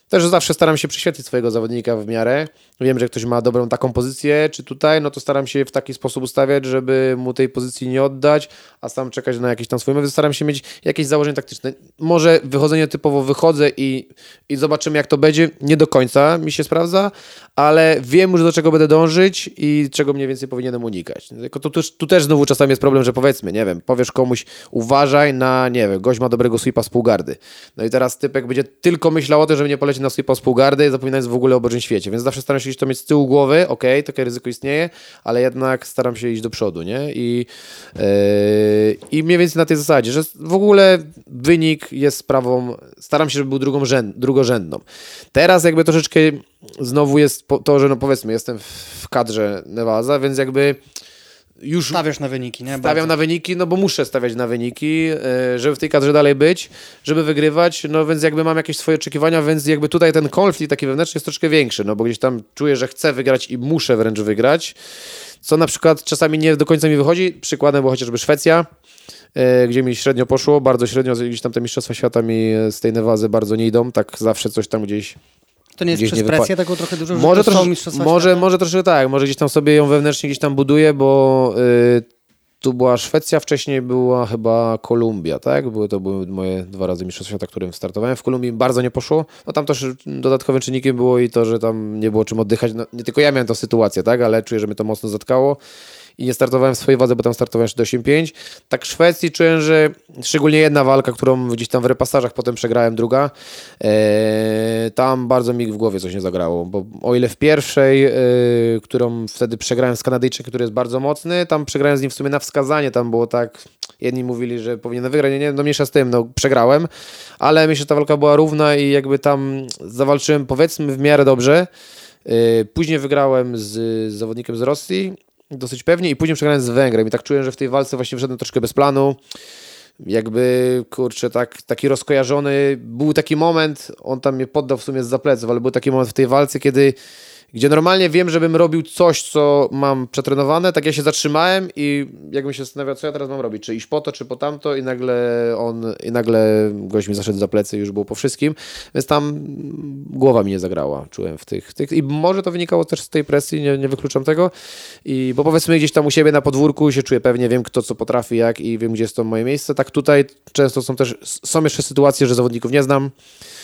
też zawsze staram się przyświetlić swojego zawodnika w miarę. Wiem, że ktoś ma dobrą taką pozycję, czy tutaj, no to staram się w taki sposób ustawiać, żeby mu tej pozycji nie oddać, a sam czekać na jakiś tam swój moment. Staram się mieć jakieś założenie taktyczne. Może wychodzenie typowo wychodzę i, i zobaczymy, jak to będzie. Nie do końca mi się sprawdza, ale wiem już, do czego będę dążyć i czego mniej więcej powinienem unikać. Tylko tu, tu, tu też znowu czasami jest problem, że powiedzmy, nie wiem, powiesz komuś, uważaj na, nie wiem, gość ma dobrego sweepa z półgardy. No i teraz typek będzie tylko myślał o tym, żeby nie polecieć na sweepa z półgardy, zapominając w ogóle o Bożym świecie. Więc zawsze staram się gdzieś to mieć z tyłu głowy, okej, okay, takie ryzyko istnieje, ale jednak staram się iść do przodu, nie? I, yy, i mniej więcej na tej zasadzie, że w ogóle wynik jest sprawą, staram się, żeby był drugą rzęd, drugorzędną. Teraz jakby troszeczkę znowu jest to, że no powiedzmy, jestem w kadrze Nevaza, więc jakby już stawiasz na wyniki, nie? Stawiam Bardzo. na wyniki, no bo muszę stawiać na wyniki, żeby w tej kadrze dalej być, żeby wygrywać, no więc jakby mam jakieś swoje oczekiwania, więc jakby tutaj ten konflikt taki wewnętrzny jest troszkę większy, no bo gdzieś tam czuję, że chcę wygrać i muszę wręcz wygrać, co na przykład czasami nie do końca mi wychodzi. Przykładem była chociażby Szwecja, gdzie mi średnio poszło, bardzo średnio, gdzieś tam te mistrzostwa świata mi z tej Nevazy bardzo nie idą, tak zawsze coś tam gdzieś. To nie jest przez presję taką trochę dużą, może że to trosze, są mistrzostwa może, świata? może troszkę tak, może gdzieś tam sobie ją wewnętrznie gdzieś tam buduję, bo y, tu była Szwecja, wcześniej była chyba Kolumbia, tak? Były to były moje dwa razy mistrzostwa świata, którym startowałem. W Kolumbii bardzo nie poszło, no tam też dodatkowym czynnikiem było i to, że tam nie było czym oddychać. No, nie tylko ja miałem tą sytuację, tak? Ale czuję, że mnie to mocno zatkało. I nie startowałem w swojej wadze, bo tam startowałem jeszcze do osiem pięć. Tak w Szwecji czułem, że szczególnie jedna walka, którą gdzieś tam w repasażach potem przegrałem, druga, e, tam bardzo mi w głowie coś nie zagrało, bo o ile w pierwszej, e, którą wtedy przegrałem z Kanadyjczykiem, który jest bardzo mocny, tam przegrałem z nim w sumie na wskazanie, tam było tak, jedni mówili, że powinienem wygrać, nie, nie, no mniejsza z tym, no przegrałem, ale myślę, że ta walka była równa i jakby tam zawalczyłem powiedzmy w miarę dobrze. E, później wygrałem z, z zawodnikiem z Rosji, dosyć pewnie i później przegrałem z Węgrem i tak czułem, że w tej walce właśnie wszedłem troszkę bez planu, jakby kurczę, tak, taki rozkojarzony, był taki moment, on tam mnie poddał w sumie zza pleców, ale był taki moment w tej walce, kiedy gdzie normalnie wiem, żebym robił coś, co mam przetrenowane, tak ja się zatrzymałem i jakbym się zastanawiał, co ja teraz mam robić, czy iść po to, czy po tamto i nagle on, i nagle gość mi zaszedł za plecy i już było po wszystkim, więc tam głowa mi nie zagrała, czułem w tych, tych i może to wynikało też z tej presji, nie, nie wykluczam tego, i bo powiedzmy gdzieś tam u siebie na podwórku się czuję pewnie, wiem kto co potrafi, jak i wiem gdzie jest to moje miejsce, tak tutaj często są też, są jeszcze sytuacje, że zawodników nie znam,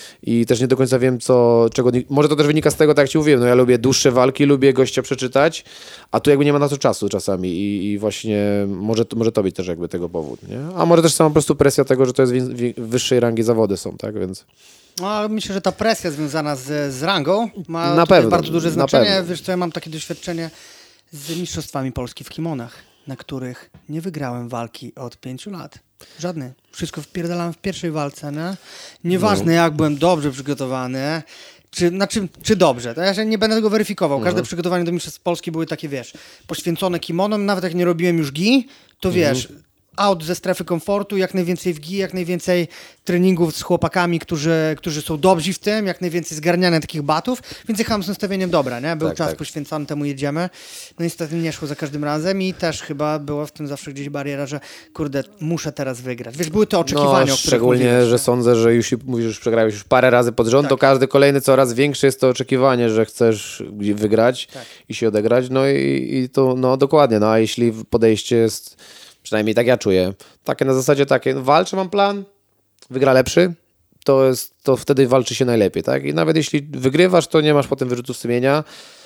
i też nie do końca wiem, co, czego... Może to też wynika z tego, tak jak ci mówiłem, no ja lubię dłuższe walki, lubię gościa przeczytać, a tu jakby nie ma na to czasu czasami i, i właśnie może, może to być też jakby tego powód, nie? A może też sama po prostu presja tego, że to jest w, w wyższej rangi zawody są, tak, więc... No, ale myślę, że ta presja związana z, z rangą ma na pewno, bardzo duże znaczenie. pewno. Wiesz co, ja mam takie doświadczenie z mistrzostwami Polski w kimonach, na których nie wygrałem walki od pięciu lat. Żadny. Wszystko wpierdalałem w pierwszej walce, nie? Nieważne no. jak byłem dobrze przygotowany, czy, znaczy, czy dobrze, to ja się nie będę tego weryfikował. Każde mhm. przygotowanie do Mistrzostw Polski były takie, wiesz, poświęcone kimonom, nawet jak nie robiłem już gi, to mhm. wiesz, out ze strefy komfortu, jak najwięcej w gi, jak najwięcej treningów z chłopakami, którzy, którzy są dobrzy w tym, jak najwięcej zgarniania takich batów, więc jechałem z nastawieniem dobra, nie? Był tak, czas tak. poświęcony temu, jedziemy. No niestety nie szło za każdym razem i też chyba była w tym zawsze gdzieś bariera, że kurde, muszę teraz wygrać. Wiesz, były te oczekiwania, no, o których szczególnie, mówiłeś, że nie? sądzę, że już mówisz, już przegrałeś już parę razy pod rząd, tak. to każdy kolejny coraz większe jest to oczekiwanie, że chcesz wygrać tak. i się odegrać, no i, i to, no dokładnie, no a jeśli podejście jest, przynajmniej tak ja czuję, takie na zasadzie takie, no, walczę, mam plan, wygra lepszy, to jest, to wtedy walczy się najlepiej, tak? I nawet jeśli wygrywasz, to nie masz potem wyrzutów sumienia,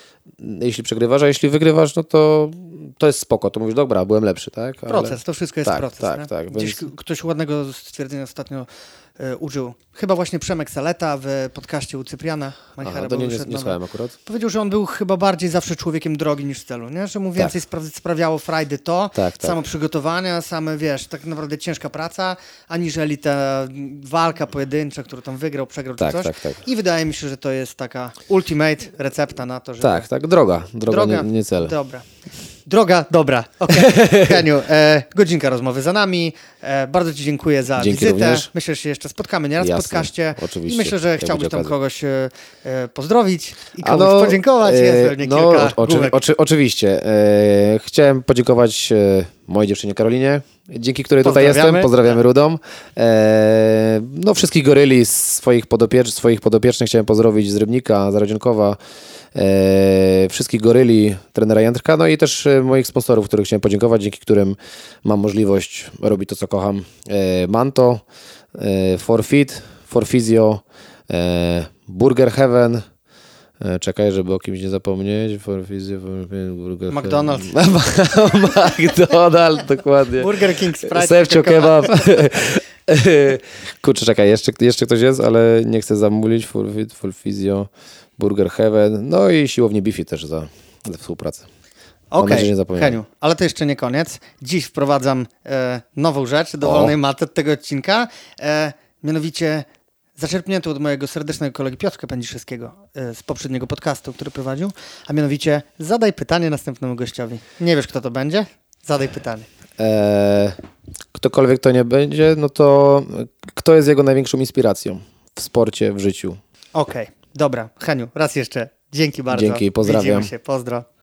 jeśli przegrywasz, a jeśli wygrywasz, no to to jest spoko, to mówisz, dobra, byłem lepszy, tak? Ale... Proces, to wszystko jest tak, proces. Tak, nie? tak. Gdzieś więc... ktoś ładnego stwierdzenia ostatnio e, użył. Chyba właśnie Przemek Saleta w podcaście u Cypriana Majchera. Aha, to nie, nie, nie słuchałem akurat. Powiedział, że on był chyba bardziej zawsze człowiekiem drogi niż celu, nie? Że mu więcej tak. spra- sprawiało frajdy to, tak, tak. samo przygotowania, same, wiesz, tak naprawdę ciężka praca, aniżeli ta walka pojedyncza, którą tam wygrał, przegrał tak, czy coś. Tak, tak. I wydaje mi się, że to jest taka ultimate recepta na to, że... Tak, tak, droga, droga, droga nie, nie cel. Dobra. Droga, dobra. Okej. Okay. Heniu, e, godzinka rozmowy za nami. E, bardzo ci dziękuję za Dzięki wizytę. również. Myślę, że się jeszcze spotkamy nieraz Jasne, w podcaście. Oczywiście. I myślę, że chciałbyś tam kogoś e, pozdrowić i komuś no, podziękować. Jest pewnie no, kilka oczy, oczy, Oczywiście. E, chciałem podziękować e, mojej dziewczynie Karolinie, dzięki której tutaj jestem. Pozdrawiamy Rudą. E, no wszystkich goryli, swoich, podopiecz, swoich podopiecznych chciałem pozdrowić z Rybnika, z Radzienkowa, e, wszystkich goryli, trenera Jędrka, no i też moich sponsorów, których chciałem podziękować, dzięki którym mam możliwość robić to, co kocham. E, Manto, e, Forfit, Forfizio, e, Burger Heaven. Czekaj, żeby o kimś nie zapomnieć. Forfizio, Burger McDonald's. McDonald's, dokładnie. Burger King, Sprite. Sewcio kebab. Kurczę, czekaj, jeszcze, jeszcze ktoś jest, ale nie chcę zamówić. Forfit, Forfizio, Burger Heaven. No i siłownie Bifi też za, za współpracę. Okej, okay, Heniu, ale to jeszcze nie koniec. Dziś wprowadzam e, nową rzecz do o. wolnej maty od tego odcinka. E, mianowicie zaczerpnięto od mojego serdecznego kolegi Piotrka Pędziszewskiego e, z poprzedniego podcastu, który prowadził, a mianowicie zadaj pytanie następnemu gościowi. Nie wiesz, kto to będzie? Zadaj pytanie. Eee, ktokolwiek to nie będzie, no to kto jest jego największą inspiracją w sporcie, w życiu? Okej, okay, dobra. Heniu, raz jeszcze dzięki bardzo. Dzięki, pozdrawiam. Widzimy się, pozdro.